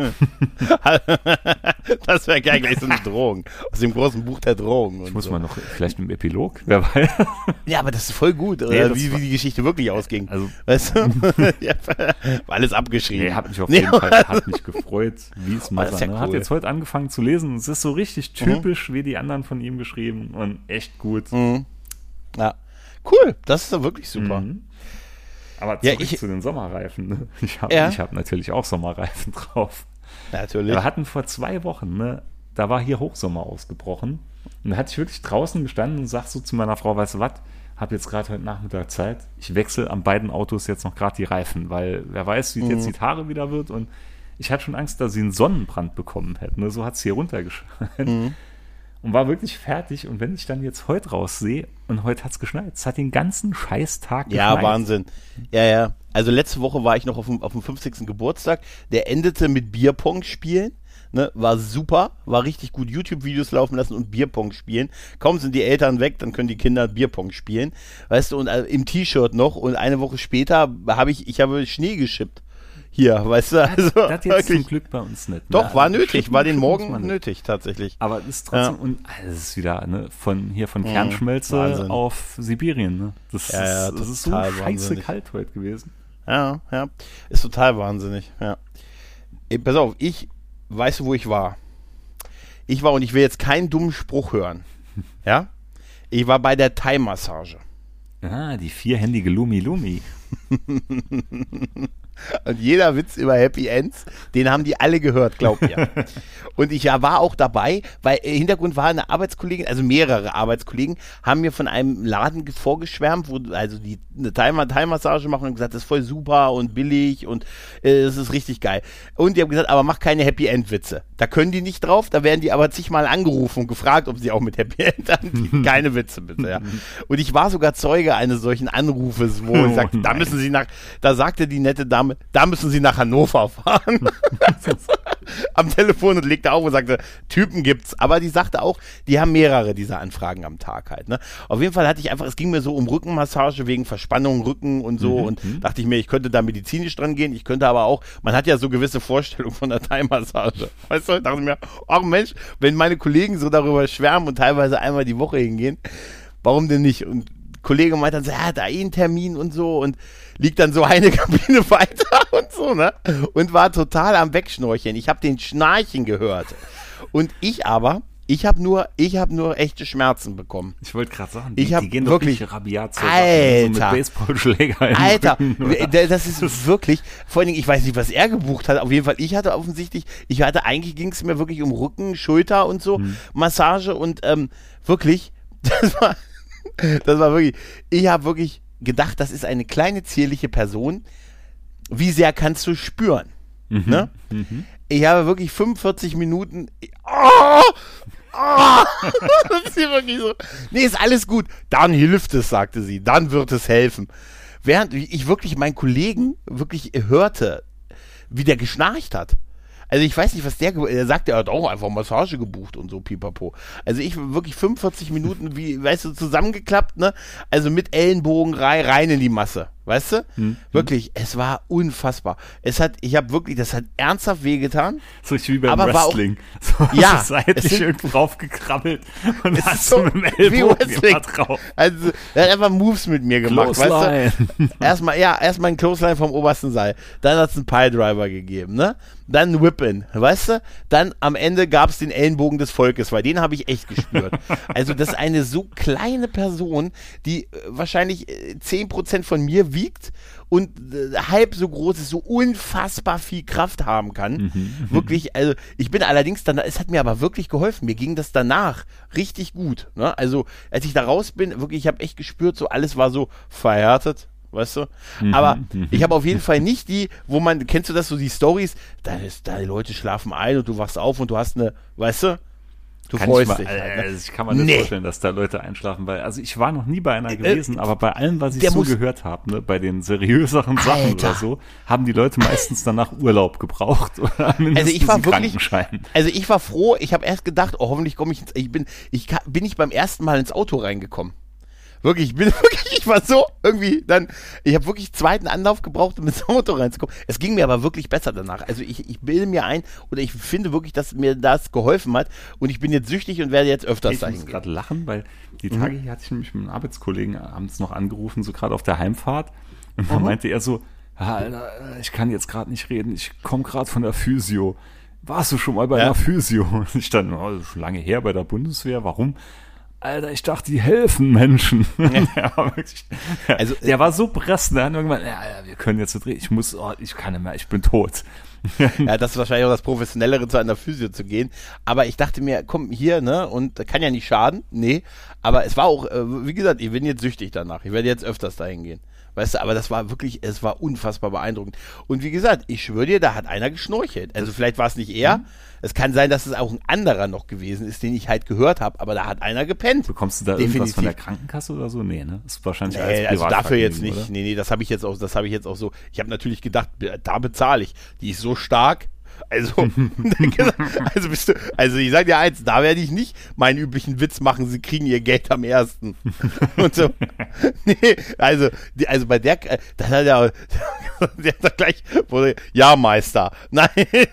Das wäre geil, gleich so eine Drohung. Aus dem großen Buch der Drogen. Ich und muss so. mal noch, vielleicht im Epilog, wer weiß. Ja, aber das ist voll gut, oder? Nee, das wie, war- wie die Geschichte wirklich ausging. Also, Weißt du? Ja, war alles abgeschrieben. nee, hat mich auf Nee, jeden Fall, hat mich gefreut, wie es mal das ist ja ne? Hat cool. jetzt heute angefangen zu lesen. Es ist so richtig typisch, wie die anderen von ihm geschrieben und echt gut. Mhm. Ja. Cool, das ist doch wirklich super. Mhm. Aber Ja, zurück ich- zu den Sommerreifen. Ne? Ich habe Ja. ich hab natürlich auch Sommerreifen drauf. Natürlich. Wir hatten vor zwei Wochen, ne, da war hier Hochsommer ausgebrochen. Und da hatte ich wirklich draußen gestanden und sag so zu meiner Frau, weißt du was, hab jetzt gerade heute Nachmittag Zeit. Ich wechsle an beiden Autos jetzt noch gerade die Reifen, weil wer weiß, wie Mhm. jetzt die Tage wieder wird. Und ich hatte schon Angst, dass sie einen Sonnenbrand bekommen hätten. Ne? So hat es hier runtergeschneit. Mhm. Und war wirklich fertig. Und wenn ich dann jetzt heute raussehe und heute hat es geschneit, es hat den ganzen Scheißtag Ja, geschneit. Wahnsinn. Ja, ja. Also letzte Woche war ich noch auf dem, auf dem fünfzigsten Geburtstag. Der endete mit Bierpong spielen. Ne, war super, war richtig gut. YouTube-Videos laufen lassen und Bierpong spielen. Kaum sind die Eltern weg, dann können die Kinder Bierpong spielen. Weißt du, und äh, im T-Shirt noch. Und eine Woche später habe ich, ich habe Schnee geschippt. Hier, weißt du, also Das hat jetzt zum wirklich. Glück bei uns nicht. Doch, Ne? war Also nötig, Schippen- war den Schippen muss Morgen man nicht. nötig, tatsächlich. Aber es ist trotzdem, Ja. und es ist wieder, ne, von hier von Kernschmelze Wahnsinn. auf Sibirien, ne? Das, Ja, ja, ist, das ist so total scheiße wahnsinnig. kalt heute gewesen. Ja, ja. Ist total wahnsinnig, ja. Ey, pass auf, ich, weißt du, wo ich war? Ich war, und ich will jetzt keinen dummen Spruch hören. Ja? Ich war bei der Thai-Massage. Ah, die vierhändige Lumi Lumi. Und jeder Witz über Happy Ends, den haben die alle gehört, glaub mir. Und ich ja, war auch dabei, weil äh, Hintergrund war eine Arbeitskollegin, also mehrere Arbeitskollegen, haben mir von einem Laden ge- vorgeschwärmt, wo also die eine Thai- Thai-Massage machen und gesagt, das ist voll super und billig und äh, es ist richtig geil. Und die haben gesagt, aber mach keine Happy End Witze. Da können die nicht drauf, da werden die aber zigmal angerufen und gefragt, ob sie auch mit Happy End anbieten. Keine Witze bitte, ja. Und ich war sogar Zeuge eines solchen Anrufes, wo ich Oh sagte, da nein. müssen sie nach, da sagte die nette Dame, da müssen sie nach Hannover fahren. Am Telefon und legte auf und sagte, Typen gibt's. Aber die sagte auch, die haben mehrere dieser Anfragen am Tag halt. Ne? Auf jeden Fall hatte ich einfach, es ging mir so um Rückenmassage wegen Verspannung, Rücken und so. Mhm, und mhm. dachte ich mir, ich könnte da medizinisch dran gehen. Ich könnte aber auch, man hat ja so gewisse Vorstellungen von der Thai-Massage. Weißt du, dachte ich mir, ach Mensch, wenn meine Kollegen so darüber schwärmen und teilweise einmal die Woche hingehen, warum denn nicht? Und Kollege meint dann so, ja, da eh einen Termin und so und liegt dann so eine Kabine weiter und so, ne? Und war total am Wegschnorcheln. Ich habe den Schnarchen gehört. Und ich aber, ich habe nur, ich habe nur echte Schmerzen bekommen. Ich wollte gerade sagen, die, Ich hab die gehen wirklich- doch nicht rabiat zur Sache, so mit Alter. Baseballschläger im Alter, Rücken, oder? d- das ist wirklich, vor allen Dingen, ich weiß nicht, was er gebucht hat, auf jeden Fall, ich hatte offensichtlich, ich hatte, eigentlich ging es mir wirklich um Rücken, Schulter und so, Hm. Massage und ähm, wirklich, das war, das war wirklich, ich habe wirklich gedacht, das ist eine kleine, zierliche Person, wie sehr kannst du spüren, Mhm, ne? mhm. Ich habe wirklich fünfundvierzig Minuten. Oh, oh, das ist hier wirklich so. Nee, ist alles gut. Dann hilft es, sagte sie. Dann wird es helfen. Während ich wirklich meinen Kollegen wirklich hörte, wie der geschnarcht hat. Also ich weiß nicht, was der, ge- er sagte, er hat auch einfach Massage gebucht und so, pipapo. Also ich wirklich fünfundvierzig Minuten, wie, weißt du, zusammengeklappt, ne? Also mit Ellenbogen rein, rein in die Masse, weißt du? Hm. Wirklich, es war unfassbar. Es hat, ich habe wirklich, das hat ernsthaft wehgetan. So wie beim Aber war auch- Wrestling. So Ja, so seitlich es sind- irgendwo raufgekrabbelt und Es hast ist so du mit dem wie Ellbogen Wrestling. immer drauf. Also, er hat einfach Moves mit mir gemacht, Clothesline. weißt du? Erstmal, ja, erstmal ein Clothesline vom obersten Seil. Dann hat es einen Piledriver gegeben, ne? Dann ein Whip-In, weißt du? Dann am Ende gab es den Ellenbogen des Volkes, weil den habe ich echt gespürt. Also, das ist eine so kleine Person, die äh, wahrscheinlich äh, zehn Prozent von mir wiegt und äh, halb so groß ist, so unfassbar viel Kraft haben kann. Wirklich, also ich bin allerdings dann, es hat mir aber wirklich geholfen. Mir ging das danach richtig gut. Ne? Also als ich da raus bin, wirklich, ich habe echt gespürt, so alles war so verhärtet. Weißt du? Aber ich habe auf jeden Fall nicht die, wo man, kennst du das so, die Stories, da ist, da die Leute schlafen ein und du wachst auf und du hast eine, weißt du, du Kann freust ich, mal, dich. Halt, ne? also ich kann mir nicht Nee. vorstellen, dass da Leute einschlafen, weil, also ich war noch nie bei einer gewesen, aber bei allem, was ich der so muss- gehört habe, ne, bei den seriöseren Sachen Alter. oder so, haben die Leute meistens danach Urlaub gebraucht oder mindestens ich war einen wirklich- Krankenschein. Also ich war froh, ich habe erst gedacht, oh, hoffentlich komme ich ins, ich bin, ich ka- bin nicht beim ersten Mal ins Auto reingekommen. Wirklich, ich bin wirklich, ich war so irgendwie dann, ich habe wirklich zweiten Anlauf gebraucht, um ins Auto reinzukommen. Es ging mir aber wirklich besser danach. Also ich, ich bilde mir ein, oder ich finde wirklich, dass mir das geholfen hat und ich bin jetzt süchtig und werde jetzt öfters ich dahin muss gehen. gerade lachen, weil die Tage Mhm. hier hatte ich nämlich mit einem Arbeitskollegen abends noch angerufen, so gerade auf der Heimfahrt. Und dann Mhm. meinte er so, "Ja, Alter, ich kann jetzt gerade nicht reden, ich komme gerade von der Physio. Warst du schon mal bei Ja. einer Physio?" Und ich dann, oh, das ist schon lange her bei der Bundeswehr, warum? Alter, ich dachte, die helfen Menschen. Der war wirklich, Also, der war so pressend, der hat nur gemeint, ja, ja, wir können jetzt nicht reden, ich muss, oh, ich kann nicht mehr, ich bin tot. Ja, das ist wahrscheinlich auch das Professionellere, zu einer Physio zu gehen. Aber ich dachte mir, komm, hier, ne, und kann ja nicht schaden. Nee, aber es war auch, äh, wie gesagt, ich bin jetzt süchtig danach. Ich werde jetzt öfters dahin gehen. Weißt du, aber das war wirklich, es war unfassbar beeindruckend. Und wie gesagt, ich schwöre dir, da hat einer geschnorchelt. Also vielleicht war es nicht er. Mhm. Es kann sein, dass es auch ein anderer noch gewesen ist, den ich halt gehört habe, aber da hat einer gepennt. Bekommst du da Definitiv. irgendwas von der Krankenkasse oder so? Nee, ne? Ist wahrscheinlich Nee, als also dafür jetzt Privatvergnügen, nicht. oder? Nee, nee, das habe ich jetzt auch, das habe ich jetzt auch so. Ich habe natürlich gedacht, da bezahle ich. Die ist so stark. Also, also bist du, also ich sage dir eins, da werde ich nicht meinen üblichen Witz machen, sie kriegen ihr Geld am ersten. Und so. Nee, also, die, also bei der, das hat ja, der hat doch gleich, wurde, ja, Meister. Nein,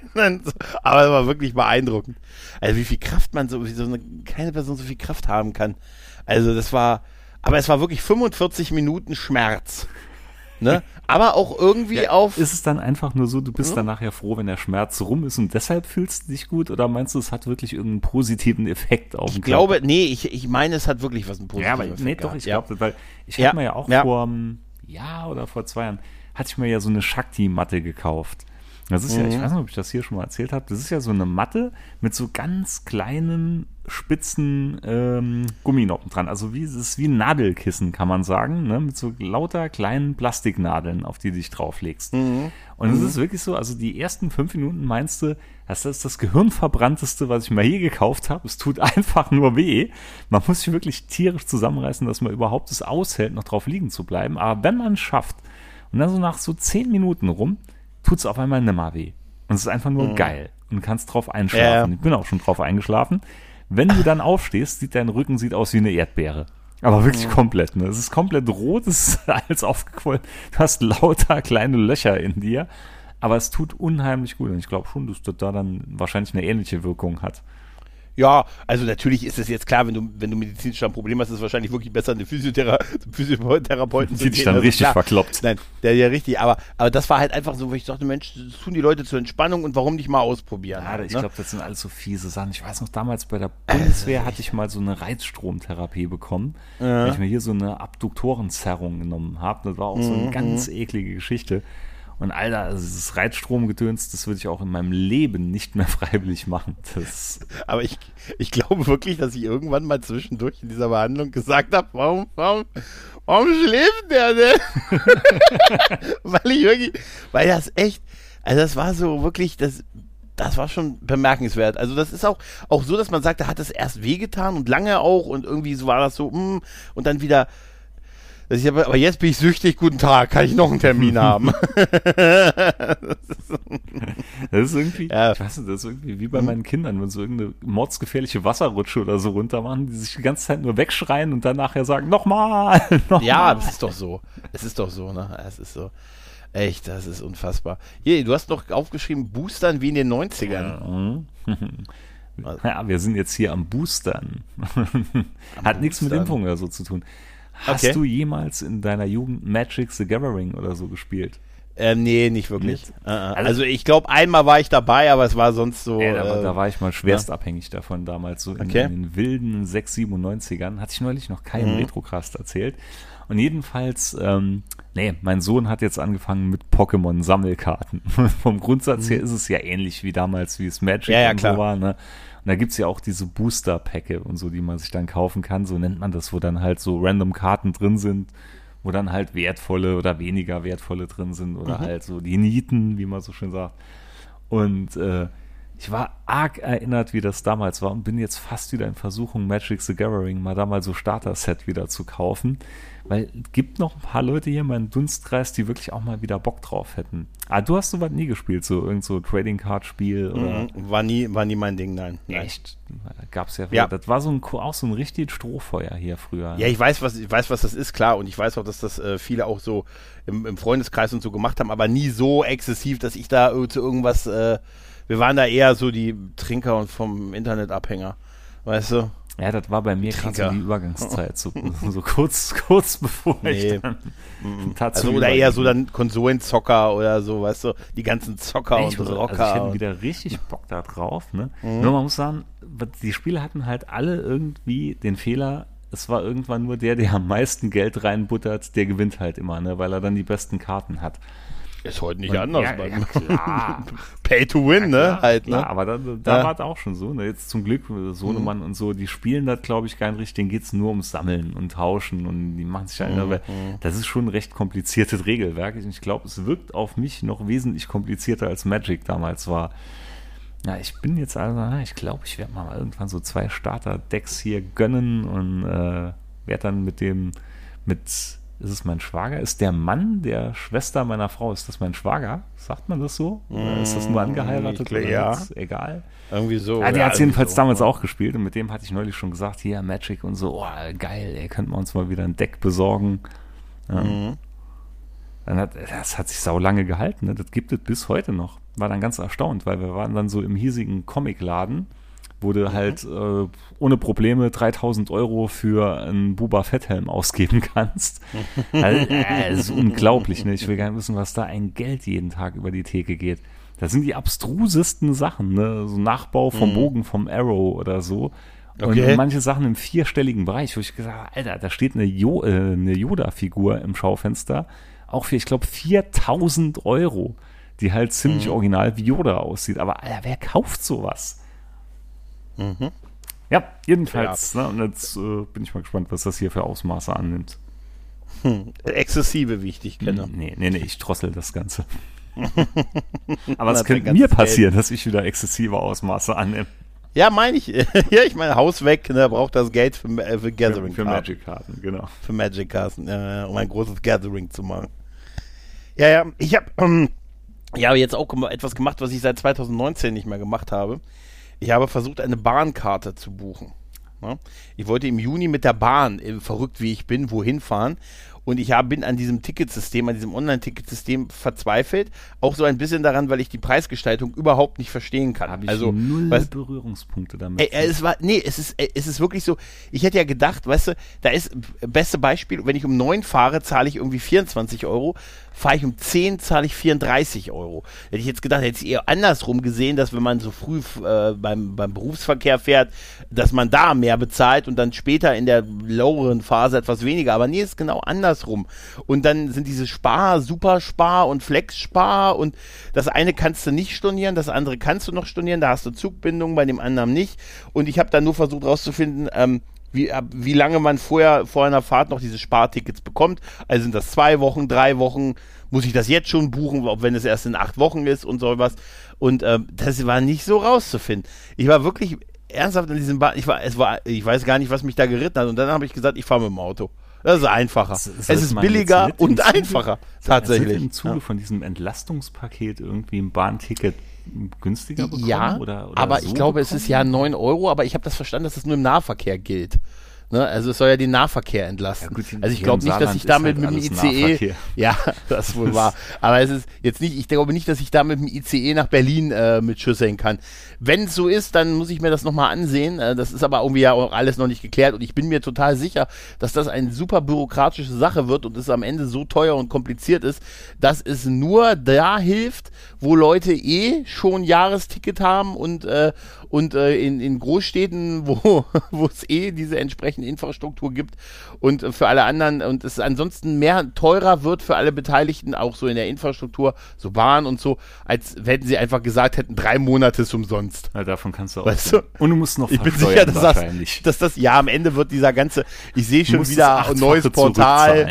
aber das war wirklich beeindruckend. Also wie viel Kraft man so, wie so eine kleine Person so viel Kraft haben kann. Also das war, aber es war wirklich fünfundvierzig Minuten Schmerz. Ne? Aber auch irgendwie Ja, auf. ist es dann einfach nur so, du bist Mhm. dann nachher froh, wenn der Schmerz rum ist und deshalb fühlst du dich gut, oder meinst du, es hat wirklich irgendeinen positiven Effekt auf den Ich Körper? glaube, nee, ich, ich meine, es hat wirklich was ein positives Ja, aber Effekt nee, doch, gehabt. ich Ja. glaube, weil ich Ja, habe mir ja auch ja. vor einem Jahr oder vor zwei Jahren, hatte ich mir ja so eine Shakti-Matte gekauft. Das ist ja, Mhm. ich weiß nicht, ob ich das hier schon mal erzählt habe, das ist ja so eine Matte mit so ganz kleinen, spitzen ähm, Gumminoppen dran. Also wie, es ist wie ein Nadelkissen, kann man sagen, ne? Mit so lauter kleinen Plastiknadeln, auf die du dich drauflegst. Mhm. Und es ist wirklich so, also die ersten fünf Minuten meinst du, das ist das Gehirnverbrannteste, was ich mal je gekauft habe. Es tut einfach nur weh. Man muss sich wirklich tierisch zusammenreißen, dass man überhaupt es aushält, noch drauf liegen zu bleiben. Aber wenn man es schafft, und dann so nach so zehn Minuten rum, tut es auf einmal nimmer weh. Und es ist einfach nur Mhm. geil. Und du kannst drauf einschlafen. Ja, ja. Ich bin auch schon drauf eingeschlafen. Wenn du dann aufstehst, sieht dein Rücken sieht aus wie eine Erdbeere. Aber wirklich komplett. Ne? Es ist komplett rot, es ist alles aufgequollen. Du hast lauter kleine Löcher in dir. Aber es tut unheimlich gut. Und ich glaube schon, dass das da dann wahrscheinlich eine ähnliche Wirkung hat. Ja, also natürlich ist es jetzt klar, wenn du, wenn du medizinisch ein Problem hast, ist es wahrscheinlich wirklich besser, eine Physiothera- Physiotherapeuten Die dich dann das ist richtig klar. verkloppt. Nein, der ja richtig, aber, aber das war halt einfach so, wo ich dachte, Mensch, das tun die Leute zur Entspannung und warum nicht mal ausprobieren? Ja, ich ne? glaube, das sind alles so fiese Sachen. Ich weiß noch, damals bei der Bundeswehr hatte ich mal so eine Reizstromtherapie bekommen, weil ich mir hier so eine Abduktorenzerrung genommen habe. Das war auch so eine ganz eklige Geschichte. Und Alter, also dieses Reizstromgedöns, das würde ich auch in meinem Leben nicht mehr freiwillig machen. Das, Aber ich, ich glaube wirklich, dass ich irgendwann mal zwischendurch in dieser Behandlung gesagt habe, warum, warum, warum schläft der denn? weil ich wirklich, weil das echt, also das war so wirklich, das, das war schon bemerkenswert. Also das ist auch, auch so, dass man sagt, da hat es erst wehgetan und lange auch und irgendwie so war das so, mm, und dann wieder, dass ich aber, aber jetzt bin ich süchtig, guten Tag, kann ich noch einen Termin haben? das ist irgendwie, Ja. ich weiß nicht, das ist irgendwie wie bei meinen Kindern, wenn so irgendeine mordsgefährliche Wasserrutsche oder so runter machen, die sich die ganze Zeit nur wegschreien und dann nachher sagen, nochmal, nochmal. Ja, es ist doch so. Es ist doch so, ne? Es ist so. Echt, das ist unfassbar. Hier, du hast noch aufgeschrieben, Boostern wie in den neunzigern. Ja, ja, wir sind jetzt hier am Boostern. Hat nichts mit Boostern. Impfung oder so zu tun. Hast Okay. du jemals in deiner Jugend Magic the Gathering oder so gespielt? Ähm, nee, nicht wirklich. Nicht? Äh, äh. Also ich glaube, einmal war ich dabei, aber es war sonst so. Ey, da, äh, da war ich mal schwerst abhängig davon damals, so in, Okay. in den wilden sechs, siebenundneunzigern. Hatte ich neulich noch keinen Mhm. Retrocast erzählt. Und jedenfalls, ähm, nee, mein Sohn hat jetzt angefangen mit Pokémon-Sammelkarten. Vom Grundsatz her ist es ja ähnlich wie damals, wie es Magic Ja, ja, und klar. so war, ne? Und da gibt's ja auch diese Booster-Päcke und so, die man sich dann kaufen kann, so nennt man das, wo dann halt so random Karten drin sind, wo dann halt wertvolle oder weniger wertvolle drin sind oder Mhm. halt so die Nieten, wie man so schön sagt. Und äh, Ich war arg erinnert, wie das damals war und bin jetzt fast wieder in Versuchung, Magic the Gathering mal da mal so Starter-Set wieder zu kaufen, weil es gibt noch ein paar Leute hier in meinem Dunstkreis, die wirklich auch mal wieder Bock drauf hätten. Ah, du hast sowas nie gespielt, so irgend so Trading-Card-Spiel oder? Mhm, war nie, war nie mein Ding, nein. nein. Echt? Gab's ja, ja. Das war so ein, auch so ein richtig Strohfeuer hier früher. Ja, ich weiß, was, ich weiß, was das ist, klar, und ich weiß auch, dass das äh, viele auch so im, im Freundeskreis und so gemacht haben, aber nie so exzessiv, dass ich da zu irgendwas, äh, wir waren da eher so die Trinker und vom Internetabhänger, weißt du? Ja, das war bei mir gerade so die Übergangszeit, so, so kurz, kurz bevor nee. ich dann also oder eher so dann Konsolenzocker oder so, weißt du, die ganzen Zocker nee, und also, Rocker. Also ich hätte wieder richtig Bock da drauf, ne? Mhm. Nur man muss sagen, die Spiele hatten halt alle irgendwie den Fehler, es war irgendwann nur der, der am meisten Geld reinbuttert, der gewinnt halt immer, ne? Weil er dann die besten Karten hat. Ist heute nicht und, anders. Ja, bei ja, klar. Pay to win, ja, ne? Halt, klar, ne? aber da, da ja. war es auch schon so. Ne? Jetzt zum Glück, Sohnemann mhm. und so, die spielen das, glaube ich, gar nicht richtig. Denen geht es nur ums Sammeln und Tauschen und die machen sich halt, mhm. weil das ist schon ein recht kompliziertes Regelwerk. Ich glaube, es wirkt auf mich noch wesentlich komplizierter als Magic damals war. Ja, ich bin jetzt also, ich glaube, ich werde mal irgendwann so zwei Starter-Decks hier gönnen und äh, werde dann mit dem, mit ist es mein Schwager? Ist der Mann der Schwester meiner Frau, ist das mein Schwager? Sagt man das so? Oder ist das nur angeheiratet? Mmh, ja. Egal. Irgendwie so. Ja, der ja, hat es jedenfalls so, damals ja. auch gespielt und mit dem hatte ich neulich schon gesagt, hier Magic und so, oh, geil, ey, könnten wir uns mal wieder ein Deck besorgen. Ja. Mhm. Dann hat, das hat sich sau lange gehalten, ne? Das gibt es bis heute noch. War dann ganz erstaunt, weil wir waren dann so im hiesigen Comicladen, wo du mhm. halt äh, ohne Probleme dreitausend Euro für einen Boba Fett-Helm ausgeben kannst. Also, äh, das ist unglaublich, ne? Ich will gar nicht wissen, was da ein Geld jeden Tag über die Theke geht. Das sind die abstrusesten Sachen, ne? So Nachbau vom mhm. Bogen vom Arrow oder so. Okay. Und manche Sachen im vierstelligen Bereich, wo ich gesagt habe, Alter, da steht eine, jo- äh, eine Yoda-Figur im Schaufenster, auch für, ich glaube, viertausend Euro, die halt ziemlich mhm. original wie Yoda aussieht. Aber Alter, wer kauft sowas? Mhm. Ja, jedenfalls. Ja. Ne, und jetzt äh, bin ich mal gespannt, was das hier für Ausmaße annimmt. Hm. Exzessive, wie ich dich kenne. Nee, nee, nee, ich drossel das Ganze. Aber es könnte mir passieren, Geld. Dass ich wieder exzessive Ausmaße annehme. Ja, meine ich. Ja, ich meine, Haus weg, ne, braucht das Geld für, äh, für Gathering-Karten. Für, für Magic-Karten, genau. Für Magic-Karten, äh, um ein großes Gathering zu machen. Ja, ja, ich habe ähm, ja, jetzt auch etwas gemacht, was ich seit zwanzig neunzehn nicht mehr gemacht habe. Ich habe versucht, eine Bahnkarte zu buchen. Ja? Ich wollte im Juni mit der Bahn, äh, verrückt wie ich bin, wohin fahren. Und ich hab, bin an diesem Ticketsystem, an diesem Online-Ticketsystem verzweifelt. Auch so ein bisschen daran, weil ich die Preisgestaltung überhaupt nicht verstehen kann. Habe ich also, null was, Berührungspunkte damit. Ey, es war, nee, es ist, es ist wirklich so, ich hätte ja gedacht, weißt du, da ist, beste Beispiel, wenn ich um neun fahre, zahle ich irgendwie vierundzwanzig Euro. Fahre ich um zehn, zahle ich vierunddreißig Euro. Hätte ich jetzt gedacht, hätte ich eher andersrum gesehen, dass wenn man so früh äh, beim, beim Berufsverkehr fährt, dass man da mehr bezahlt und dann später in der loweren Phase etwas weniger. Aber nee, ist genau andersrum. Und dann sind diese Spar, Superspar und Flexspar und das eine kannst du nicht stornieren, das andere kannst du noch stornieren, da hast du Zugbindung, bei dem anderen nicht. Und ich habe dann nur versucht rauszufinden, ähm, Wie, wie lange man vorher vor einer Fahrt noch diese Spartickets bekommt. Also sind das zwei Wochen, drei Wochen, muss ich das jetzt schon buchen, auch wenn es erst in acht Wochen ist und so was. Und ähm, das war nicht so rauszufinden. Ich war wirklich ernsthaft in diesem Bahn, ich war, es war, ich weiß gar nicht, was mich da geritten hat. Und dann habe ich gesagt, ich fahre mit dem Auto. Das ist einfacher. Das, das es ist billiger und Zuge, einfacher. Tatsächlich. Im Zuge ja. von diesem Entlastungspaket irgendwie ein Bahnticket günstiger bekommen? Ja, oder, oder aber so ich glaube, bekommen? Es ist ja neun Euro, aber ich habe das verstanden, dass das nur im Nahverkehr gilt. Ne? Also es soll ja den Nahverkehr entlasten. Ja, gut, also ich glaube nicht, dass ich damit halt mit dem I C E, ja, das ist wohl wahr, aber es ist jetzt nicht, ich glaube nicht, dass ich da mit dem I C E nach Berlin äh, mit schüsseln kann. Wenn es so ist, dann muss ich mir das nochmal ansehen. Äh, das ist aber irgendwie ja auch alles noch nicht geklärt und ich bin mir total sicher, dass das eine super bürokratische Sache wird und es am Ende so teuer und kompliziert ist, dass es nur da hilft, wo Leute eh schon Jahresticket haben und äh, und äh, in, in Großstädten, wo wo es eh diese entsprechende Infrastruktur gibt und äh, für alle anderen und es ansonsten mehr teurer wird für alle Beteiligten, auch so in der Infrastruktur, so Bahn und so, als wenn sie einfach gesagt hätten, drei Monate ist umsonst. Ja, davon kannst du auch. Weißt du? Und du musst noch ich bin sicher, dass das, dass das, ja, am Ende wird dieser ganze, ich sehe schon wieder ein neues Portal.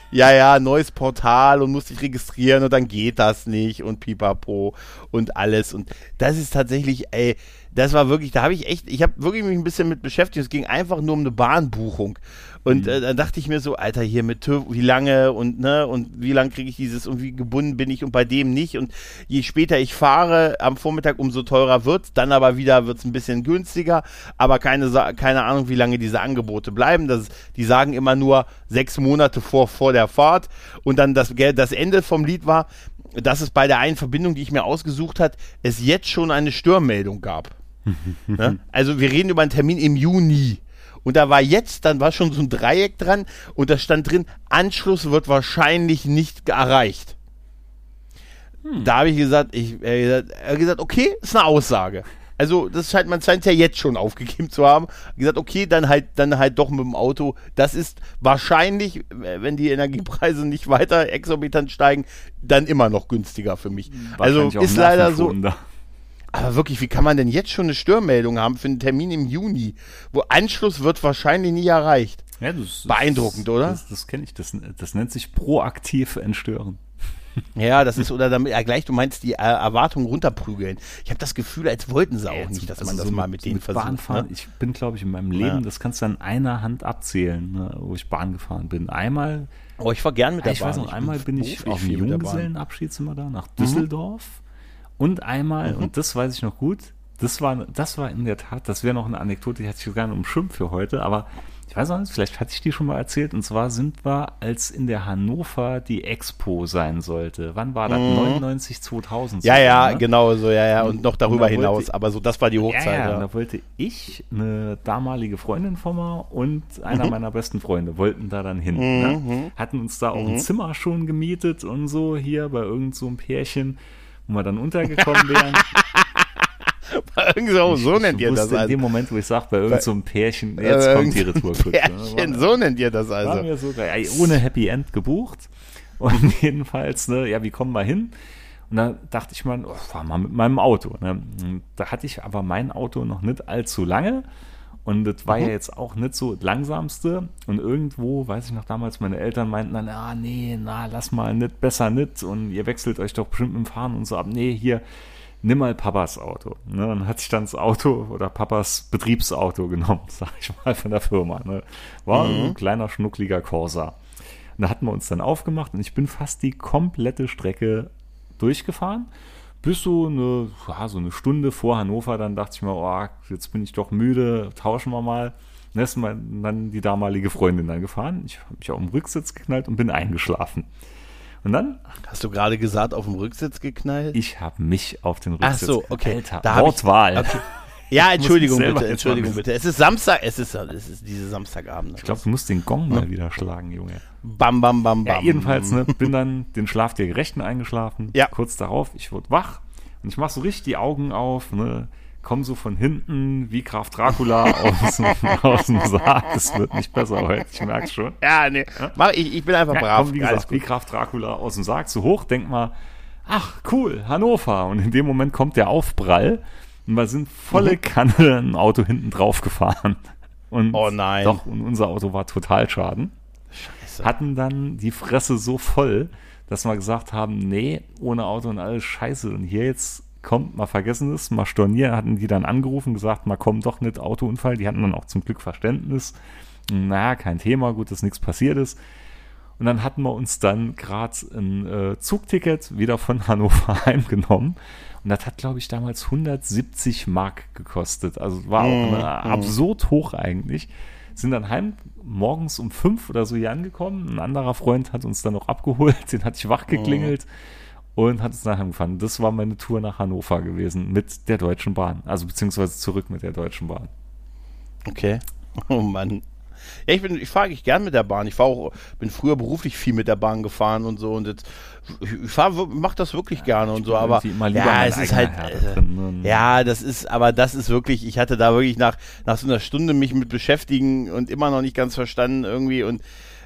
ja, ja, neues Portal und musst dich registrieren und dann geht das nicht und pipapo und alles. Und das ist tatsächlich, ey, das war wirklich, da habe ich echt, ich habe wirklich mich ein bisschen mit beschäftigt. Es ging einfach nur um eine Bahnbuchung. Und mhm. äh, dann dachte ich mir so, Alter, hier mit TÜV, wie lange und ne, und wie lange kriege ich dieses und wie gebunden bin ich und bei dem nicht. Und je später ich fahre am Vormittag, umso teurer wird's. Dann aber wieder wird's ein bisschen günstiger. Aber keine, keine Ahnung, wie lange diese Angebote bleiben. Das, die sagen immer nur sechs Monate vor, vor der Fahrt. Und dann das, das Ende vom Lied war, dass es bei der einen Verbindung, die ich mir ausgesucht hat, es jetzt schon eine Störmeldung gab. Ne? Also wir reden über einen Termin im Juni. Und da war jetzt, dann war schon so ein Dreieck dran und da stand drin, Anschluss wird wahrscheinlich nicht erreicht. Hm. Da habe ich gesagt, ich äh, er hat gesagt, okay, ist eine Aussage. Also das scheint man scheint ja jetzt schon aufgegeben zu haben. Gesagt, okay, dann halt dann halt doch mit dem Auto. Das ist wahrscheinlich, wenn die Energiepreise nicht weiter exorbitant steigen, dann immer noch günstiger für mich. Also ist leider so. Aber wirklich, wie kann man denn jetzt schon eine Störmeldung haben für einen Termin im Juni, wo Anschluss wird wahrscheinlich nie erreicht? Ja, das, beeindruckend, das, oder? Das, das kenne ich. Das, das nennt sich proaktiv entstören. Ja, das ist, oder damit, ja, gleich, du meinst die äh, Erwartungen runterprügeln. Ich habe das Gefühl, als wollten sie auch ja, nicht, dass also man das so mal mit, mit denen mit versucht. Bahnfahren, ne? Ich bin, glaube ich, in meinem Leben, ja. das kannst du an einer Hand abzählen, ne, wo ich Bahn gefahren bin. Einmal. Oh, ich fahr gern mit der ich Bahn. Weiß noch, ich einmal bin ich auf dem Junggesellenabschied sind wir da, nach Düsseldorf. Mhm. Und einmal, mhm. und das weiß ich noch gut, das war, das war in der Tat, das wäre noch eine Anekdote, die hatte ich sogar noch im Schirm für heute, aber ich weiß noch nicht, vielleicht hatte ich die schon mal erzählt, und zwar sind wir, als in der Hannover die Expo sein sollte. Wann war das? Mhm. neunundneunzig, zweitausend? Ja, so, ja, ne? genau so, ja, ja, und noch darüber und hinaus, wollte, aber so, das war die Hochzeit. Ja, ja, ja. da wollte ich, eine damalige Freundin von mir und einer mhm. meiner besten Freunde wollten da dann hin. Mhm. Ne? Hatten uns da auch mhm. ein Zimmer schon gemietet und so, hier bei irgend so einem Pärchen, wo wir dann untergekommen wären. so, so ich, nennt ich ihr das also. In dem Moment, wo ich sage, bei irgendeinem so Pärchen, jetzt äh, kommt die Retourkutsche. Pärchen, ne? So nennt ihr das also. Waren wir sogar, ja, ohne Happy End gebucht. Und jedenfalls, ne, ja, wie kommen wir hin? Und dann dachte ich mal, oh, fahr mal mit meinem Auto. Ne? Und da hatte ich aber mein Auto noch nicht allzu lange. Und das war mhm. ja jetzt auch nicht so das langsamste. Und irgendwo, weiß ich noch damals, meine Eltern meinten dann, ah, nee, na, lass mal nicht, besser nicht. Und ihr wechselt euch doch bestimmt mit dem Fahren und so ab. Nee, hier, nimm mal Papas Auto. Ne? Dann hatte ich dann das Auto oder Papas Betriebsauto genommen, sag ich mal, von der Firma. Ne? War mhm. ein kleiner, schnuckliger Corsa. Und da hatten wir uns dann aufgemacht und ich bin fast die komplette Strecke durchgefahren. Bis so eine, ja, so eine Stunde vor Hannover, dann dachte ich mir, oh, jetzt bin ich doch müde, tauschen wir mal. Dann ist dann die damalige Freundin dann gefahren. Ich habe mich auf den Rücksitz geknallt und bin eingeschlafen. Und dann? Hast du gerade gesagt, auf dem Rücksitz geknallt? Ich habe mich auf den Rücksitz geknallt. Ach so, okay. Alter, da Wortwahl. Ich, okay. Ja, Entschuldigung bitte, Entschuldigung bitte. Es ist Samstag, es ist, es ist diese Samstagabend. Ich glaube, du musst den Gong mal wieder schlagen, Junge. Bam, bam, bam, bam. Ja, jedenfalls, ne, bin dann den Schlaf der Gerechten eingeschlafen. Ja. Kurz darauf, ich wurde wach und ich mache so richtig die Augen auf, ne, komm so von hinten wie Graf Dracula aus, aus dem Sarg. Das wird nicht besser heute, ich merk's schon. Ja, nee, mach, ich, ich bin einfach ja, brav. Komm, wie gesagt, wie Graf Dracula aus dem Sarg, so hoch, denk mal, ach, cool, Hannover. Und in dem Moment kommt der Aufprall. Und wir sind volle Kanne ein Auto hinten drauf gefahren. Und oh nein. Doch, und unser Auto war Totalschaden. Scheiße. Hatten dann die Fresse so voll, dass wir gesagt haben, nee, ohne Auto und alles scheiße. Und hier jetzt kommt, mal vergessen es, mal stornieren, hatten die dann angerufen, gesagt, mal komm doch nicht, Autounfall. Die hatten dann auch zum Glück Verständnis. Naja, kein Thema, gut, dass nichts passiert ist. Und dann hatten wir uns dann gerade ein äh, Zugticket wieder von Hannover heimgenommen. Und das hat, glaube ich, damals hundertsiebzig Mark gekostet. Also war auch eine, mm, absurd hoch eigentlich. Sind dann heim morgens um fünf oder so hier angekommen. Ein anderer Freund hat uns dann noch abgeholt. Den hatte ich wach geklingelt mm. und hat uns nach Hause gefahren. Das war meine Tour nach Hannover gewesen mit der Deutschen Bahn. Also beziehungsweise zurück mit der Deutschen Bahn. Okay. Oh Mann. Ja, ich bin, ich fahre eigentlich gern mit der Bahn. Ich fahre auch, bin früher beruflich viel mit der Bahn gefahren und so und jetzt, ich fahre, mach das wirklich ja, gerne und so, aber ja, es ist halt, äh, drin, ne? Ja, das ist, aber das ist wirklich, ich hatte da wirklich nach, nach so einer Stunde mich mit beschäftigen und immer noch nicht ganz verstanden irgendwie und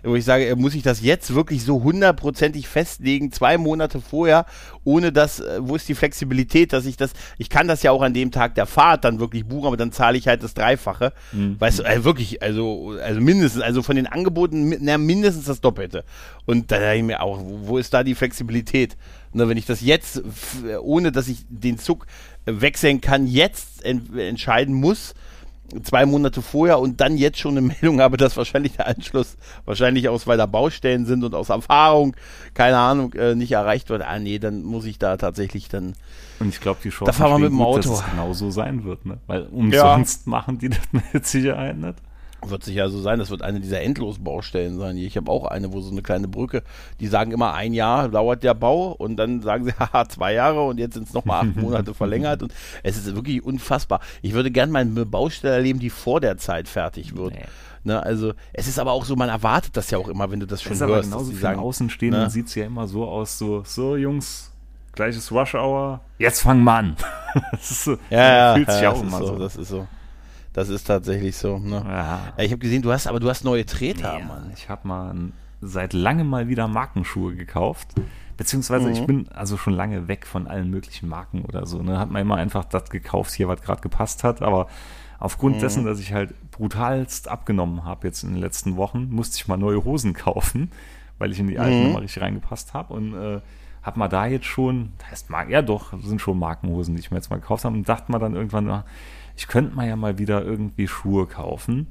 wo ich sage, muss ich das jetzt wirklich so hundertprozentig festlegen, zwei Monate vorher, ohne dass, wo ist die Flexibilität, dass ich das, ich kann das ja auch an dem Tag der Fahrt dann wirklich buchen, aber dann zahle ich halt das Dreifache. Mhm. Weißt du, also wirklich, also, also mindestens, also von den Angeboten, na, mindestens das Doppelte. Und da dachte ich mir auch, wo ist da die Flexibilität? Und wenn ich das jetzt, ohne dass ich den Zug wechseln kann, jetzt ent- entscheiden muss, zwei Monate vorher und dann jetzt schon eine Meldung habe, dass wahrscheinlich der Anschluss, wahrscheinlich aus, weil da Baustellen sind und aus Erfahrung, keine Ahnung, äh, nicht erreicht wird. Ah nee, dann muss ich da tatsächlich dann. Und ich glaube, die Chance da fahren wir mit dem Auto, dass es genau so sein wird, ne? Weil umsonst ja. machen die das mit Sicherheit nicht. Wird sicher so sein, das wird eine dieser Endlosbaustellen sein. Ich habe auch eine, wo so eine kleine Brücke, die sagen immer, ein Jahr dauert der Bau und dann sagen sie, haha, zwei Jahre und jetzt sind es nochmal acht Monate verlängert und es ist wirklich unfassbar. Ich würde gerne mal eine Baustelle erleben, die vor der Zeit fertig wird. Nee. Ne, also es ist aber auch so, man erwartet das ja auch immer, wenn du das schon das hörst. Aber genauso dass die für sagen, Außenstehenden ne? sieht es ja immer so aus, so, so Jungs, gleiches Rush Hour, jetzt fangen wir an. Das ist so, ja, ja, fühlt sich ja, auch immer so, so. Das ist so. Das ist tatsächlich so. Ne? Ja. Ich habe gesehen, du hast, aber du hast neue Treter, ja, Mann. Ich habe mal seit langem mal wieder Markenschuhe gekauft. Beziehungsweise mhm. ich bin also schon lange weg von allen möglichen Marken oder so. Ne? Hat man immer einfach das gekauft, hier, was gerade gepasst hat. Aber aufgrund mhm. dessen, dass ich halt brutalst abgenommen habe jetzt in den letzten Wochen, musste ich mal neue Hosen kaufen, weil ich in die alten mhm. nochmal richtig reingepasst habe. Und äh, habe mal da jetzt schon, das heißt, ja doch, sind schon Markenhosen, die ich mir jetzt mal gekauft habe. Und dachte mal dann irgendwann, na, ich könnte mal ja mal wieder irgendwie Schuhe kaufen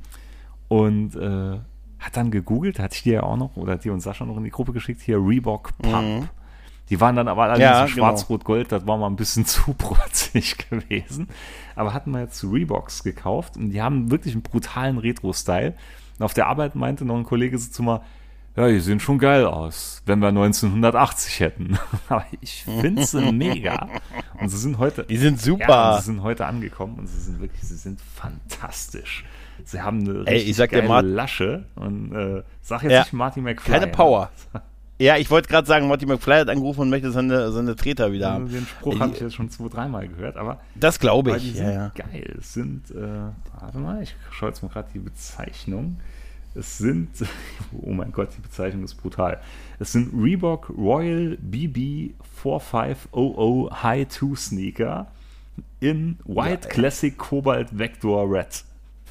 und äh, hat dann gegoogelt, hatte ich dir ja auch noch, oder dir und Sascha noch in die Gruppe geschickt, hier Reebok Pump. Mhm. Die waren dann aber alle ja, so schwarz-rot-gold, das war mal ein bisschen zu protzig gewesen. Aber hatten wir jetzt Reeboks gekauft und die haben wirklich einen brutalen Retro-Style. Und auf der Arbeit meinte noch ein Kollege so zu mir, ja, die sehen schon geil aus, wenn wir neunzehnhundertachtzig hätten. Aber ich finde sie mega. Und sie sind heute. Die sind super. Ja, sie sind heute angekommen und sie sind wirklich, sie sind fantastisch. Sie haben eine Ey, richtig ich sag geile dir Mart- Lasche und äh, sag jetzt ja. nicht Marty McFly. Keine Power. Ja, ich wollte gerade sagen, Marty McFly hat angerufen und möchte seine, seine Treter wieder haben. Den Spruch habe ich jetzt schon zwei, dreimal gehört, aber. Das glaube ich. Aber die ja, sind ja. geil. Es sind, äh, warte mal, ich schaue jetzt mal gerade die Bezeichnung. Es sind, oh mein Gott, die Bezeichnung ist brutal. Es sind Reebok Royal B B fünfundvierzig High zwei Sneaker in White ja, Classic Cobalt Vector Red.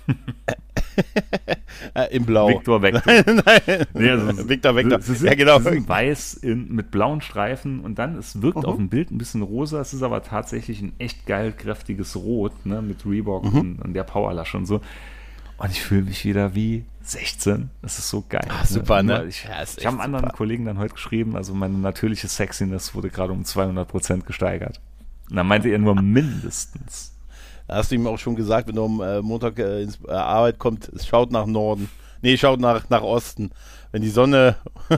Im Blau. Victor Vector. Nein, nein. Nee, also Victor Vector. Sie sind, ja, genau. Sie sind weiß in, mit blauen Streifen und dann, es wirkt uh-huh. auf dem Bild ein bisschen rosa, es ist aber tatsächlich ein echt geil kräftiges Rot, ne, mit Reebok uh-huh. und, und der Powerlasche und so. Und ich fühle mich wieder wie sechzehn. Das ist so geil. Ach, super, ne? Ich, ja, ich habe einen anderen Kollegen dann heute geschrieben, also meine natürliche Sexiness wurde gerade um zweihundert Prozent gesteigert. Und dann meinte er nur mindestens. Da hast du ihm auch schon gesagt, wenn du am äh, Montag äh, ins äh, Arbeit kommt, es schaut nach Norden. Nee, schaut nach, nach Osten. Wenn die Sonne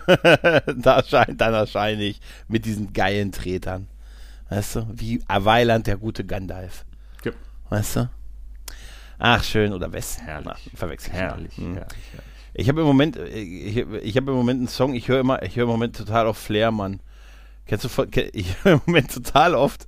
da scheint, dann erscheine ich mit diesen geilen Tretern. Weißt du? Wie Weiland, der gute Gandalf. Ja. Weißt du? Ach, schön, oder West. Herrlich. Verwechselt. Herrlich, hm. herrlich, herrlich. Ich habe im Moment, ich, ich habe im Moment einen Song, ich höre immer, ich höre im Moment total auf Flair, Mann. Kennst du von, ich höre im Moment total oft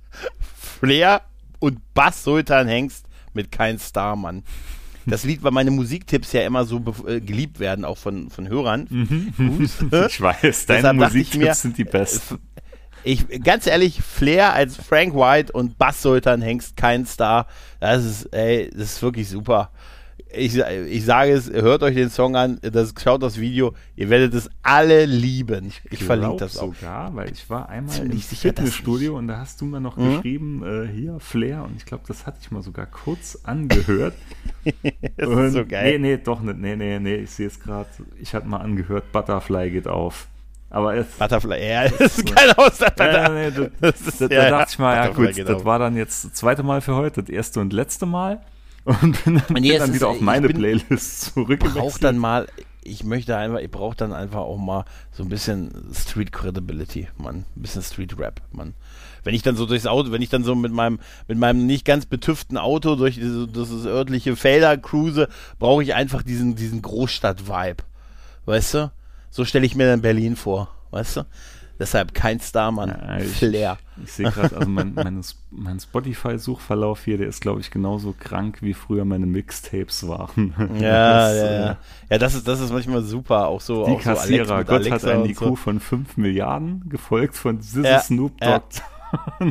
Flair und Bass Sultan Hengst mit Kein Star, Mann. Das Lied, weil meine Musiktipps ja immer so be- äh, geliebt werden, auch von, von Hörern. Mhm. Ich weiß, deine Musiktipps mir, sind die besten. Ich, ganz ehrlich, Flair als Frank White und Bass Sultan Hengst, Kein Star, das ist, ey, das ist wirklich super. Ich, ich sage es, hört euch den Song an, das, schaut das Video, ihr werdet es alle lieben. Ich, ich verlinke das auch. Sogar, weil ich war einmal Ziemlich im sicher, Fitnessstudio und da hast du mir noch mhm. geschrieben, äh, hier Flair, und ich glaube, das hatte ich mal sogar kurz angehört. Das und, ist so geil. Nee, nee, doch nicht, nee, nee, nee, ich sehe es gerade, ich hatte mal angehört, Butterfly geht auf. Aber es, Butterfly, ja, das ist kein Ausland. Ja, nee, da, das ist, da, da ja, dachte ich mal, ja gut, das war dann jetzt das zweite Mal für heute, das erste und letzte Mal. Und bin dann, nee, bin dann ist, wieder auf meine bin, Playlist zurückgewechselt. Ich brauche dann mal, ich möchte einfach, ich brauche dann einfach auch mal so ein bisschen Street Credibility, Mann, ein bisschen Street Rap, Mann. Wenn ich dann so durchs Auto, wenn ich dann so mit meinem, mit meinem nicht ganz betüften Auto durch diese, dieses örtliche Felder cruise, brauche ich einfach diesen, diesen Großstadt-Vibe, weißt du? So stelle ich mir dann Berlin vor, weißt du? Deshalb kein Starmann. Ja, ich, Flair. Ich, ich sehe gerade, also mein, mein, mein Spotify-Suchverlauf hier, der ist, glaube ich, genauso krank, wie früher meine Mixtapes waren. Ja, das, ja, äh, ja. Ja, das ist, das ist manchmal super. Auch so, die auch so Alex Kassierer, mit Gott Alexa hat einen und I Q so. von fünf Milliarden, gefolgt von Sissy Ja, Snoop ja. Dogg. Ja,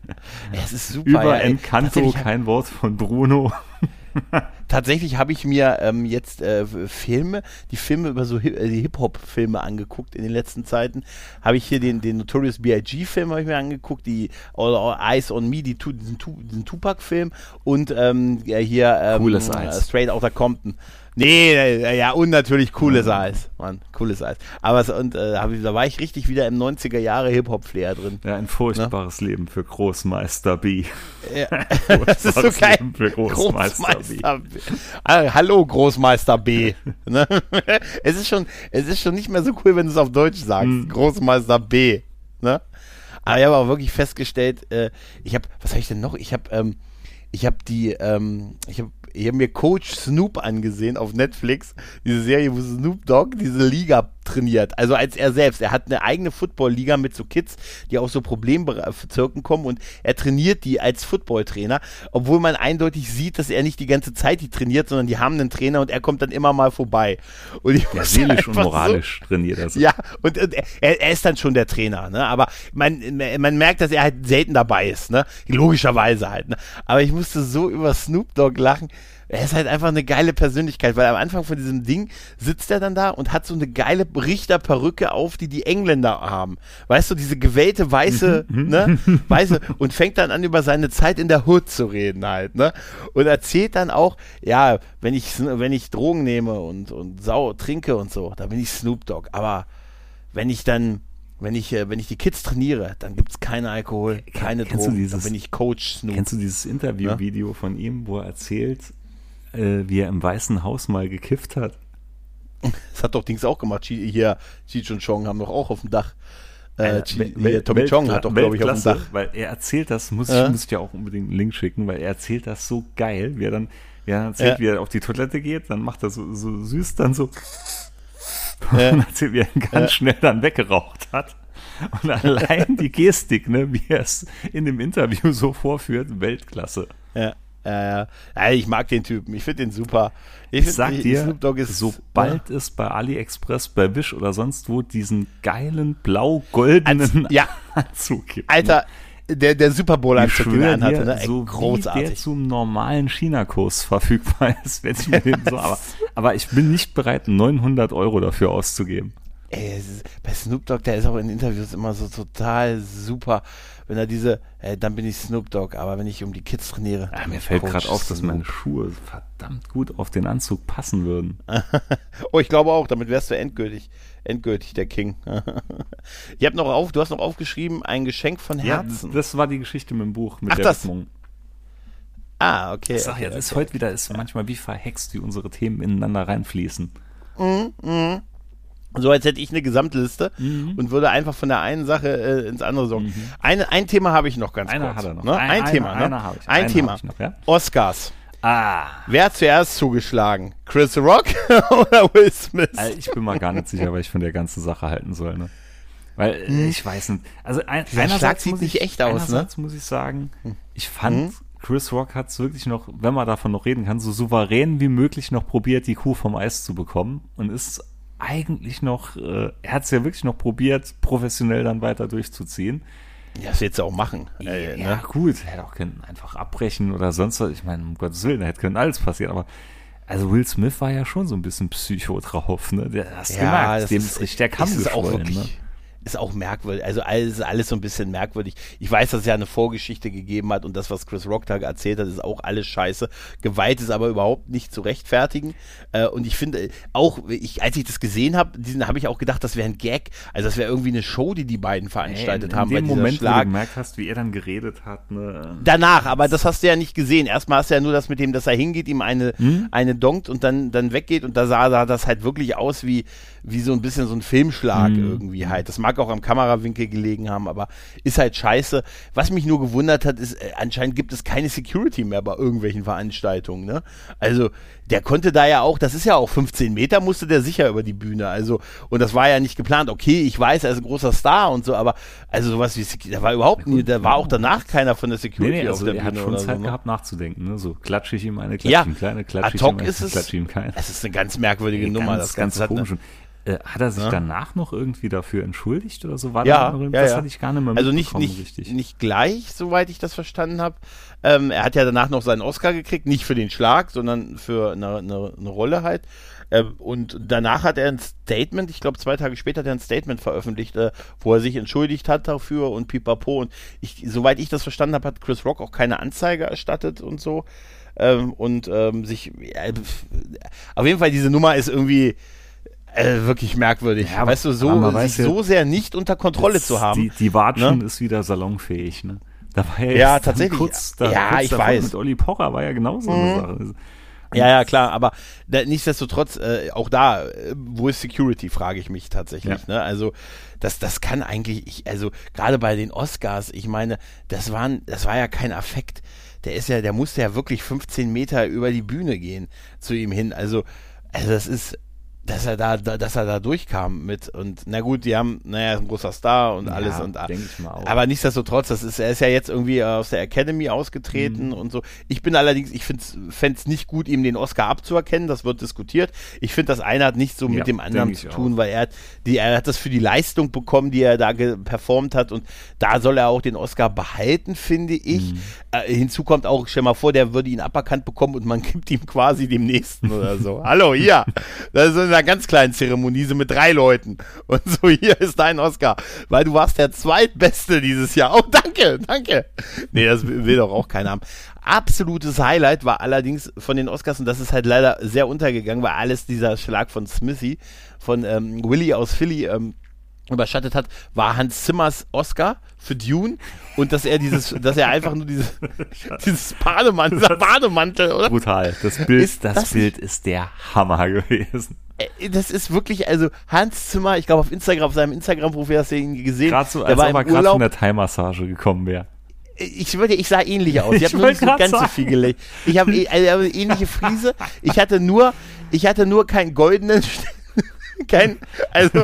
es ist super. Über ja, ey. Encanto, Tatsächlich- kein Wort von Bruno. Tatsächlich habe ich mir ähm, jetzt äh, Filme, die Filme über so Hi- äh, die Hip-Hop-Filme angeguckt in den letzten Zeiten. Habe ich hier den, den Notorious B I G-Film habe ich mir angeguckt, die All, All Eyes on Me, die, Tu- diesen, Tu- diesen Tupac-Film und ähm, ja, hier ähm, Cooles äh, Eis. Straight Outta Compton. Nee, äh, ja, und natürlich cooles Eis, Mann, cooles Eis. Aber es- und äh, hab ich, da war ich richtig wieder im neunziger Jahre Hip-Hop-Flair drin. Ja, ein furchtbares Leben für Großmeister B. Ja. Das ist so Furchtbares geil. Leben für Großmeister, B. Großmeister B. Ah, hallo Großmeister B. Ne? Es ist schon, es ist schon nicht mehr so cool, wenn du es auf Deutsch sagst. Hm. Großmeister B. Ne? Aber ich habe auch wirklich festgestellt, äh, ich habe, was habe ich denn noch? Ich habe, ähm, ich habe die, ähm, ich habe ich hab mir Coach Snoop angesehen auf Netflix, diese Serie, wo Snoop Dogg diese Liga trainiert, also als er selbst, er hat eine eigene Football-Liga mit so Kids, die aus so Problembezirken kommen und er trainiert die als Football-Trainer, obwohl man eindeutig sieht, dass er nicht die ganze Zeit die trainiert, sondern die haben einen Trainer und er kommt dann immer mal vorbei. Und ich Ja, muss seelisch und einfach moralisch trainiert er sich. ja, und, und er, er ist dann schon der Trainer, ne? Aber man, man merkt, dass er halt selten dabei ist, ne? Logischerweise halt, ne? Aber ich musste so über Snoop Dogg lachen. Er ist halt einfach eine geile Persönlichkeit, weil am Anfang von diesem Ding sitzt er dann da und hat so eine geile Richterperücke auf, die die Engländer haben. Weißt du, diese gewellte weiße, ne, weiße, und fängt dann an, über seine Zeit in der Hood zu reden halt, ne? Und erzählt dann auch, ja, wenn ich, wenn ich Drogen nehme und, und sau trinke und so, da bin ich Snoop Dogg. Aber wenn ich dann, wenn ich, äh, wenn ich die Kids trainiere, dann gibt's keinen Alkohol, keine Kennst du Drogen, dieses- dann bin ich Coach Snoop. Kennst du dieses Interview-Video von ihm, wo er erzählt, äh, wie er im Weißen Haus mal gekifft hat? Das hat doch Dings auch gemacht. Chi- Hier, Cheech und Chong haben doch auch auf dem Dach. Äh, Äh, Chi- Wel- hier, Tommy Weltkla- Chong hat doch, glaube ich, auf dem Weltklasse, Dach. Weil er erzählt das, muss ich, Ja. muss ich dir auch unbedingt einen Link schicken, weil er erzählt das so geil, wie er dann, wie er dann erzählt, Ja. wie er auf die Toilette geht, dann macht er so, so süß dann so Ja. und erzählt, wie er ihn ganz Ja. schnell dann weggeraucht hat. Und allein die Gestik, ne, wie er es in dem Interview so vorführt, Weltklasse. Ja, ja, ja. Ja, ich mag den Typen. Ich finde den super. Ich find- sag dir, Snoop Dogg ist, sobald es bei AliExpress, bei Wish oder sonst wo diesen geilen blau-goldenen ja, Anzug gibt. Alter, der, der Super Bowl-Anzug, den er schwöre anhatte, dir, ne? Ey, so wie der großartig. zum normalen China-Kurs verfügbar ist, werde ich mir den so, aber, aber ich bin nicht bereit, neunhundert Euro dafür auszugeben. Ey, es ist, bei Snoop Dogg, der ist auch in Interviews immer so total super, wenn er diese, äh, dann bin ich Snoop Dogg, aber wenn ich um die Kids trainiere. Ja, dann bin mir ich fällt Coach gerade auf, dass Snoop. meine Schuhe verdammt gut auf den Anzug passen würden. Oh, ich glaube auch, damit wärst du endgültig, endgültig der King. Ich hab noch auf, du hast noch aufgeschrieben, ein Geschenk von Ja, Herzen. das war die Geschichte mit dem Buch, mit Ach, der das- Widmung. ah, okay. Ich sag ja, okay, das ist okay. heute wieder, ist manchmal wie verhext, wie unsere Themen ineinander reinfließen. So als hätte ich eine Gesamtliste Mhm. und würde einfach von der einen Sache äh, ins andere sagen. Eine, ein Thema habe ich noch ganz Einer kurz. hat er noch. Ne? Ein- Ein, einer- Thema, ne? einer habe ich. Ein Einen Thema. habe ich noch, ja? Oscars. Ah. Wer hat zuerst zugeschlagen? Chris Rock oder Will Smith? Also ich bin mal gar nicht sicher, was ich von der ganzen Sache halten soll, ne? Weil äh, ich weiß nicht. Also ein, Dieser Schlag einerseits sieht muss nicht ich, echt aus, ne? einerseits muss ich sagen, ich fand, Mhm. Chris Rock hat es wirklich noch, wenn man davon noch reden kann, so souverän wie möglich noch probiert, die Kuh vom Eis zu bekommen und ist eigentlich noch, äh, er hat es ja wirklich noch probiert, professionell dann weiter durchzuziehen. Ja, das willst du auch machen. Äh, Ja, ne? gut, er hätte auch können einfach abbrechen oder sonst was. Ich meine, um Gottes Willen, da hätte können alles passieren, aber also Will Smith war ja schon so ein bisschen Psycho drauf, ne? Der hast du gemerkt, das dem ist richtig der Kamm ist auch geschwollen, wirklich, ne? ist auch merkwürdig. Also alles, alles so ein bisschen merkwürdig. Ich weiß, dass es ja eine Vorgeschichte gegeben hat und das, was Chris Rock da erzählt hat, ist auch alles scheiße. Gewalt ist aber überhaupt nicht zu rechtfertigen. Äh, und ich finde auch, ich, als ich das gesehen habe, diesen habe ich auch gedacht, das wäre ein Gag. Also das wäre irgendwie eine Show, die die beiden veranstaltet in, in haben. dem bei dieser Moment, wo Schlag. du gemerkt hast, wie er dann geredet hat, ne? Danach, aber das hast du ja nicht gesehen. Erstmal hast du ja nur das mit dem, dass er hingeht, ihm eine, Hm? eine donkt und dann, dann weggeht und da sah, sah das halt wirklich aus wie, wie so ein bisschen so ein Filmschlag Hm. irgendwie halt. Das mag mag auch am Kamerawinkel gelegen haben, aber ist halt scheiße. Was mich nur gewundert hat, ist, äh, anscheinend gibt es keine Security mehr bei irgendwelchen Veranstaltungen, ne? Also, der konnte da ja auch, das ist ja auch fünfzehn Meter, musste der sicher über die Bühne, also, und das war ja nicht geplant. Okay, ich weiß, er ist ein großer Star und so, aber, also sowas wie, da war überhaupt nie, da war auch danach keiner von der Security nee, nee, auf also der er Bühne hat schon oder Zeit so, ne? gehabt nachzudenken, ne? So klatsche ich ihm eine, klatsche Ja, ihm keine, klatsche ich ad ihm hoc eine, ist es, klatsche ihm keine. es ist eine ganz merkwürdige Nee, Nummer, ganz, das ganz Ganze hat eine- komisch. Äh, hat er sich Ja. danach noch irgendwie dafür entschuldigt oder so? War Ja, da noch, ja, das ja. hatte ich gar nicht mehr Also nicht, mitbekommen, nicht, richtig. nicht gleich, soweit ich das verstanden habe. Ähm, er hat ja danach noch seinen Oscar gekriegt, nicht für den Schlag, sondern für eine, eine, eine Rolle halt. Ähm, und danach hat er ein Statement, ich glaube zwei Tage später hat er ein Statement veröffentlicht, äh, wo er sich entschuldigt hat dafür und pipapo. Und ich, soweit ich das verstanden habe, hat Chris Rock auch keine Anzeige erstattet und so. Ähm, und ähm, sich, ja, auf jeden Fall diese Nummer ist irgendwie Äh, wirklich merkwürdig. Ja, weißt du, so, aber man sich weiß ja, so sehr nicht unter Kontrolle Jetzt, zu haben. Die, die Watschen ne? ist wieder salonfähig, ne? Da war ja, Ja, jetzt tatsächlich. kurz, da, Ja, kurz ich davor weiß. Mit Olli Pocher war ja genauso eine Sache. Ja, ja, klar, aber da, nichtsdestotrotz, äh, auch da, äh, wo ist Security, frage ich mich tatsächlich, Ja. ne? Also, das, das kann eigentlich, ich, also, gerade bei den Oscars, ich meine, das waren, das war ja kein Affekt. Der ist ja, der musste ja wirklich fünfzehn Meter über die Bühne gehen zu ihm hin. Also, also das ist, dass er da, da, dass er da durchkam mit und na gut, die haben, naja, ein großer Star und alles Ja, und denk ich mal auch. aber nichtsdestotrotz, das ist, er ist ja jetzt irgendwie aus der Academy ausgetreten Mhm. und so. Ich bin allerdings, ich fände es nicht gut, ihm den Oscar abzuerkennen, das wird diskutiert. Ich finde, das eine hat nicht so mit Ja, dem anderen denk zu ich tun, auch. weil er hat, die, er hat das für die Leistung bekommen, die er da ge- performt hat und da soll er auch den Oscar behalten, finde ich. Mhm. Äh, hinzu kommt auch, stell mal vor, der würde ihn aberkannt bekommen und man gibt ihm quasi dem nächsten oder so. Hallo, hier. Das ist in einer ganz kleinen Zeremonie, so mit drei Leuten. Und so, hier ist dein Oscar. Weil du warst der Zweitbeste dieses Jahr. Oh, danke, danke. Nee, das will doch auch keiner haben. Absolutes Highlight war allerdings von den Oscars, und das ist halt leider sehr untergegangen, weil alles dieser Schlag von Smithy, von ähm, Willy aus Philly, ähm, überschattet hat, war Hans Zimmers Oscar für Dune und dass er dieses, dass er einfach nur dieses, dieses Bademantel, dieser Bademantel, oder? Brutal. Das Bild, Ist das, das Bild ist der Hammer gewesen. Äh, Das ist wirklich, also Hans Zimmer, ich glaube auf Instagram, auf seinem Instagram-Profil hast du ihn gesehen. Gerade so, der als war ob er im gerade von Urlaub. der Thai-Massage gekommen wäre. Ich würde, ich sah ähnlich aus. Ich Ich habe nur wollte nicht so grad ganz so sagen. viel gelegt. Ich habe eh- also, eine ähnliche Frise. Ich hatte nur, ich hatte nur keinen goldenen, kein, also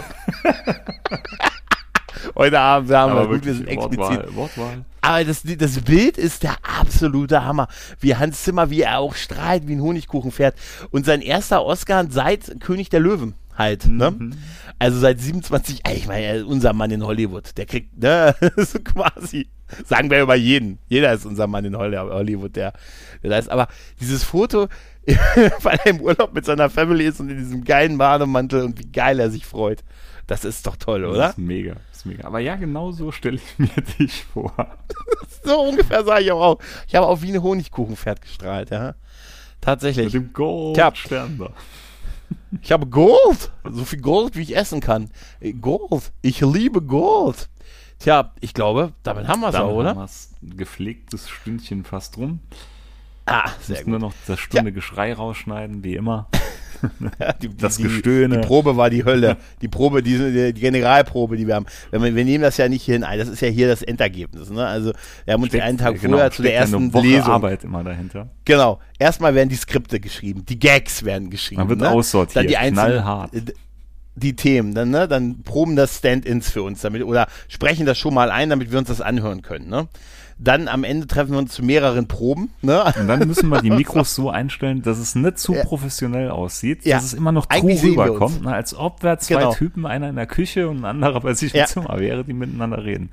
heute Abend haben wir, gut, wir sind explizit. Wortwahl, Wortwahl. Aber das, das Bild ist der absolute Hammer. Wie Hans Zimmer, wie er auch strahlt, wie ein Honigkuchenpferd. Und sein erster Oscar seit König der Löwen halt, ne? Also seit siebenundzwanzig, ey, ich meine, unser Mann in Hollywood, der kriegt, ne, so quasi, sagen wir über jeden. Jeder ist unser Mann in Hollywood, der, der da ist. Aber dieses Foto, weil er im Urlaub mit seiner Family ist und in diesem geilen Bademantel und wie geil er sich freut. Das ist doch toll, oder? Das ist mega, das ist mega. Aber ja, genau so stelle ich mir dich vor. So ungefähr sah ich auch aus. Ich habe auch wie ein Honigkuchenpferd gestrahlt, ja. Tatsächlich. Mit dem Gold Tja. Stern da. Ich habe Gold. So viel Gold, wie ich essen kann. Äh, Gold. Ich liebe Gold. Tja, ich glaube, damit haben wir es Dann auch, oder? haben wir's. Ein gepflegtes Stündchen fast rum. Ah, sehr Müssen nur gut. noch das Stunde Geschrei rausschneiden, wie immer. Ja, die, die, das die, Gestöhne. Die Probe war die Hölle. Die Probe, die, die Generalprobe, die wir haben. Wenn wir, wir nehmen das ja nicht hier hinein. Das ist ja hier das Endergebnis. Ne? Also wir haben uns Steckt- einen Tag genau, vorher zu der steckt ersten eine Woche Lesung. Arbeit immer dahinter. Genau. Erstmal werden die Skripte geschrieben. Die Gags werden geschrieben. Man wird ne? aussortiert, Dann die einzelnen, knallhart. äh, Die Themen, dann, ne, dann proben das Stand-ins für uns damit oder sprechen das schon mal ein, damit wir uns das anhören können, ne? Dann am Ende treffen wir uns zu mehreren Proben, ne? Und dann müssen wir die Mikros so einstellen, dass es nicht zu Ja. professionell aussieht, Ja. dass es immer noch true Eigentlich sehen wir rüberkommt, uns. ne? Als ob wir zwei Genau. Typen, einer in der Küche und ein anderer bei sich Ja. im Zimmer wäre, die miteinander reden.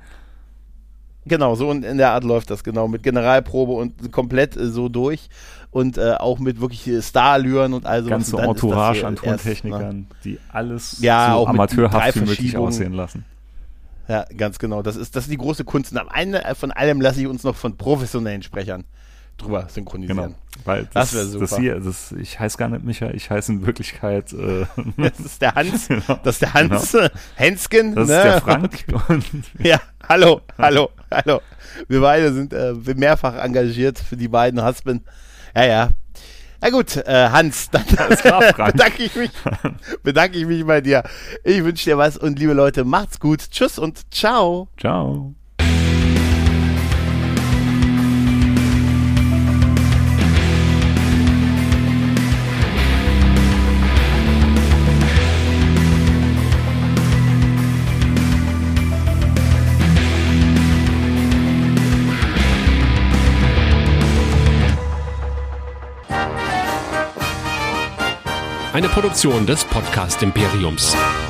Genau, so in, in der Art läuft das, genau, mit Generalprobe und komplett äh, so durch und äh, auch mit wirklich äh, Starallüren und all sowas. Ganze Und dann ist das Entourage hier an erst, ne? Tontechnikern, die alles Ja, so auch mit drei amateurhaft wie möglich Verschiebungen. aussehen lassen. Ja, ganz genau. Das ist, das ist die große Kunst. Und am Ende von allem lasse ich uns noch von professionellen Sprechern drüber synchronisieren. Genau, weil Das das, wär super. das hier, das, ich heiße gar nicht Micha, ich heiße in Wirklichkeit, äh, Das ist der Hans, Genau. das ist der Hans Hensken. das ne? ist der Frank. Und Ja, hallo, hallo, hallo. Wir beide sind äh, mehrfach engagiert für die beiden Husband. Ja, ja. Na gut, äh, Hans, dann bedanke ich mich, bedanke ich mich bei dir. Ich wünsche dir was und liebe Leute, macht's gut. Tschüss und ciao. Ciao. Eine Produktion des Podcast Imperiums.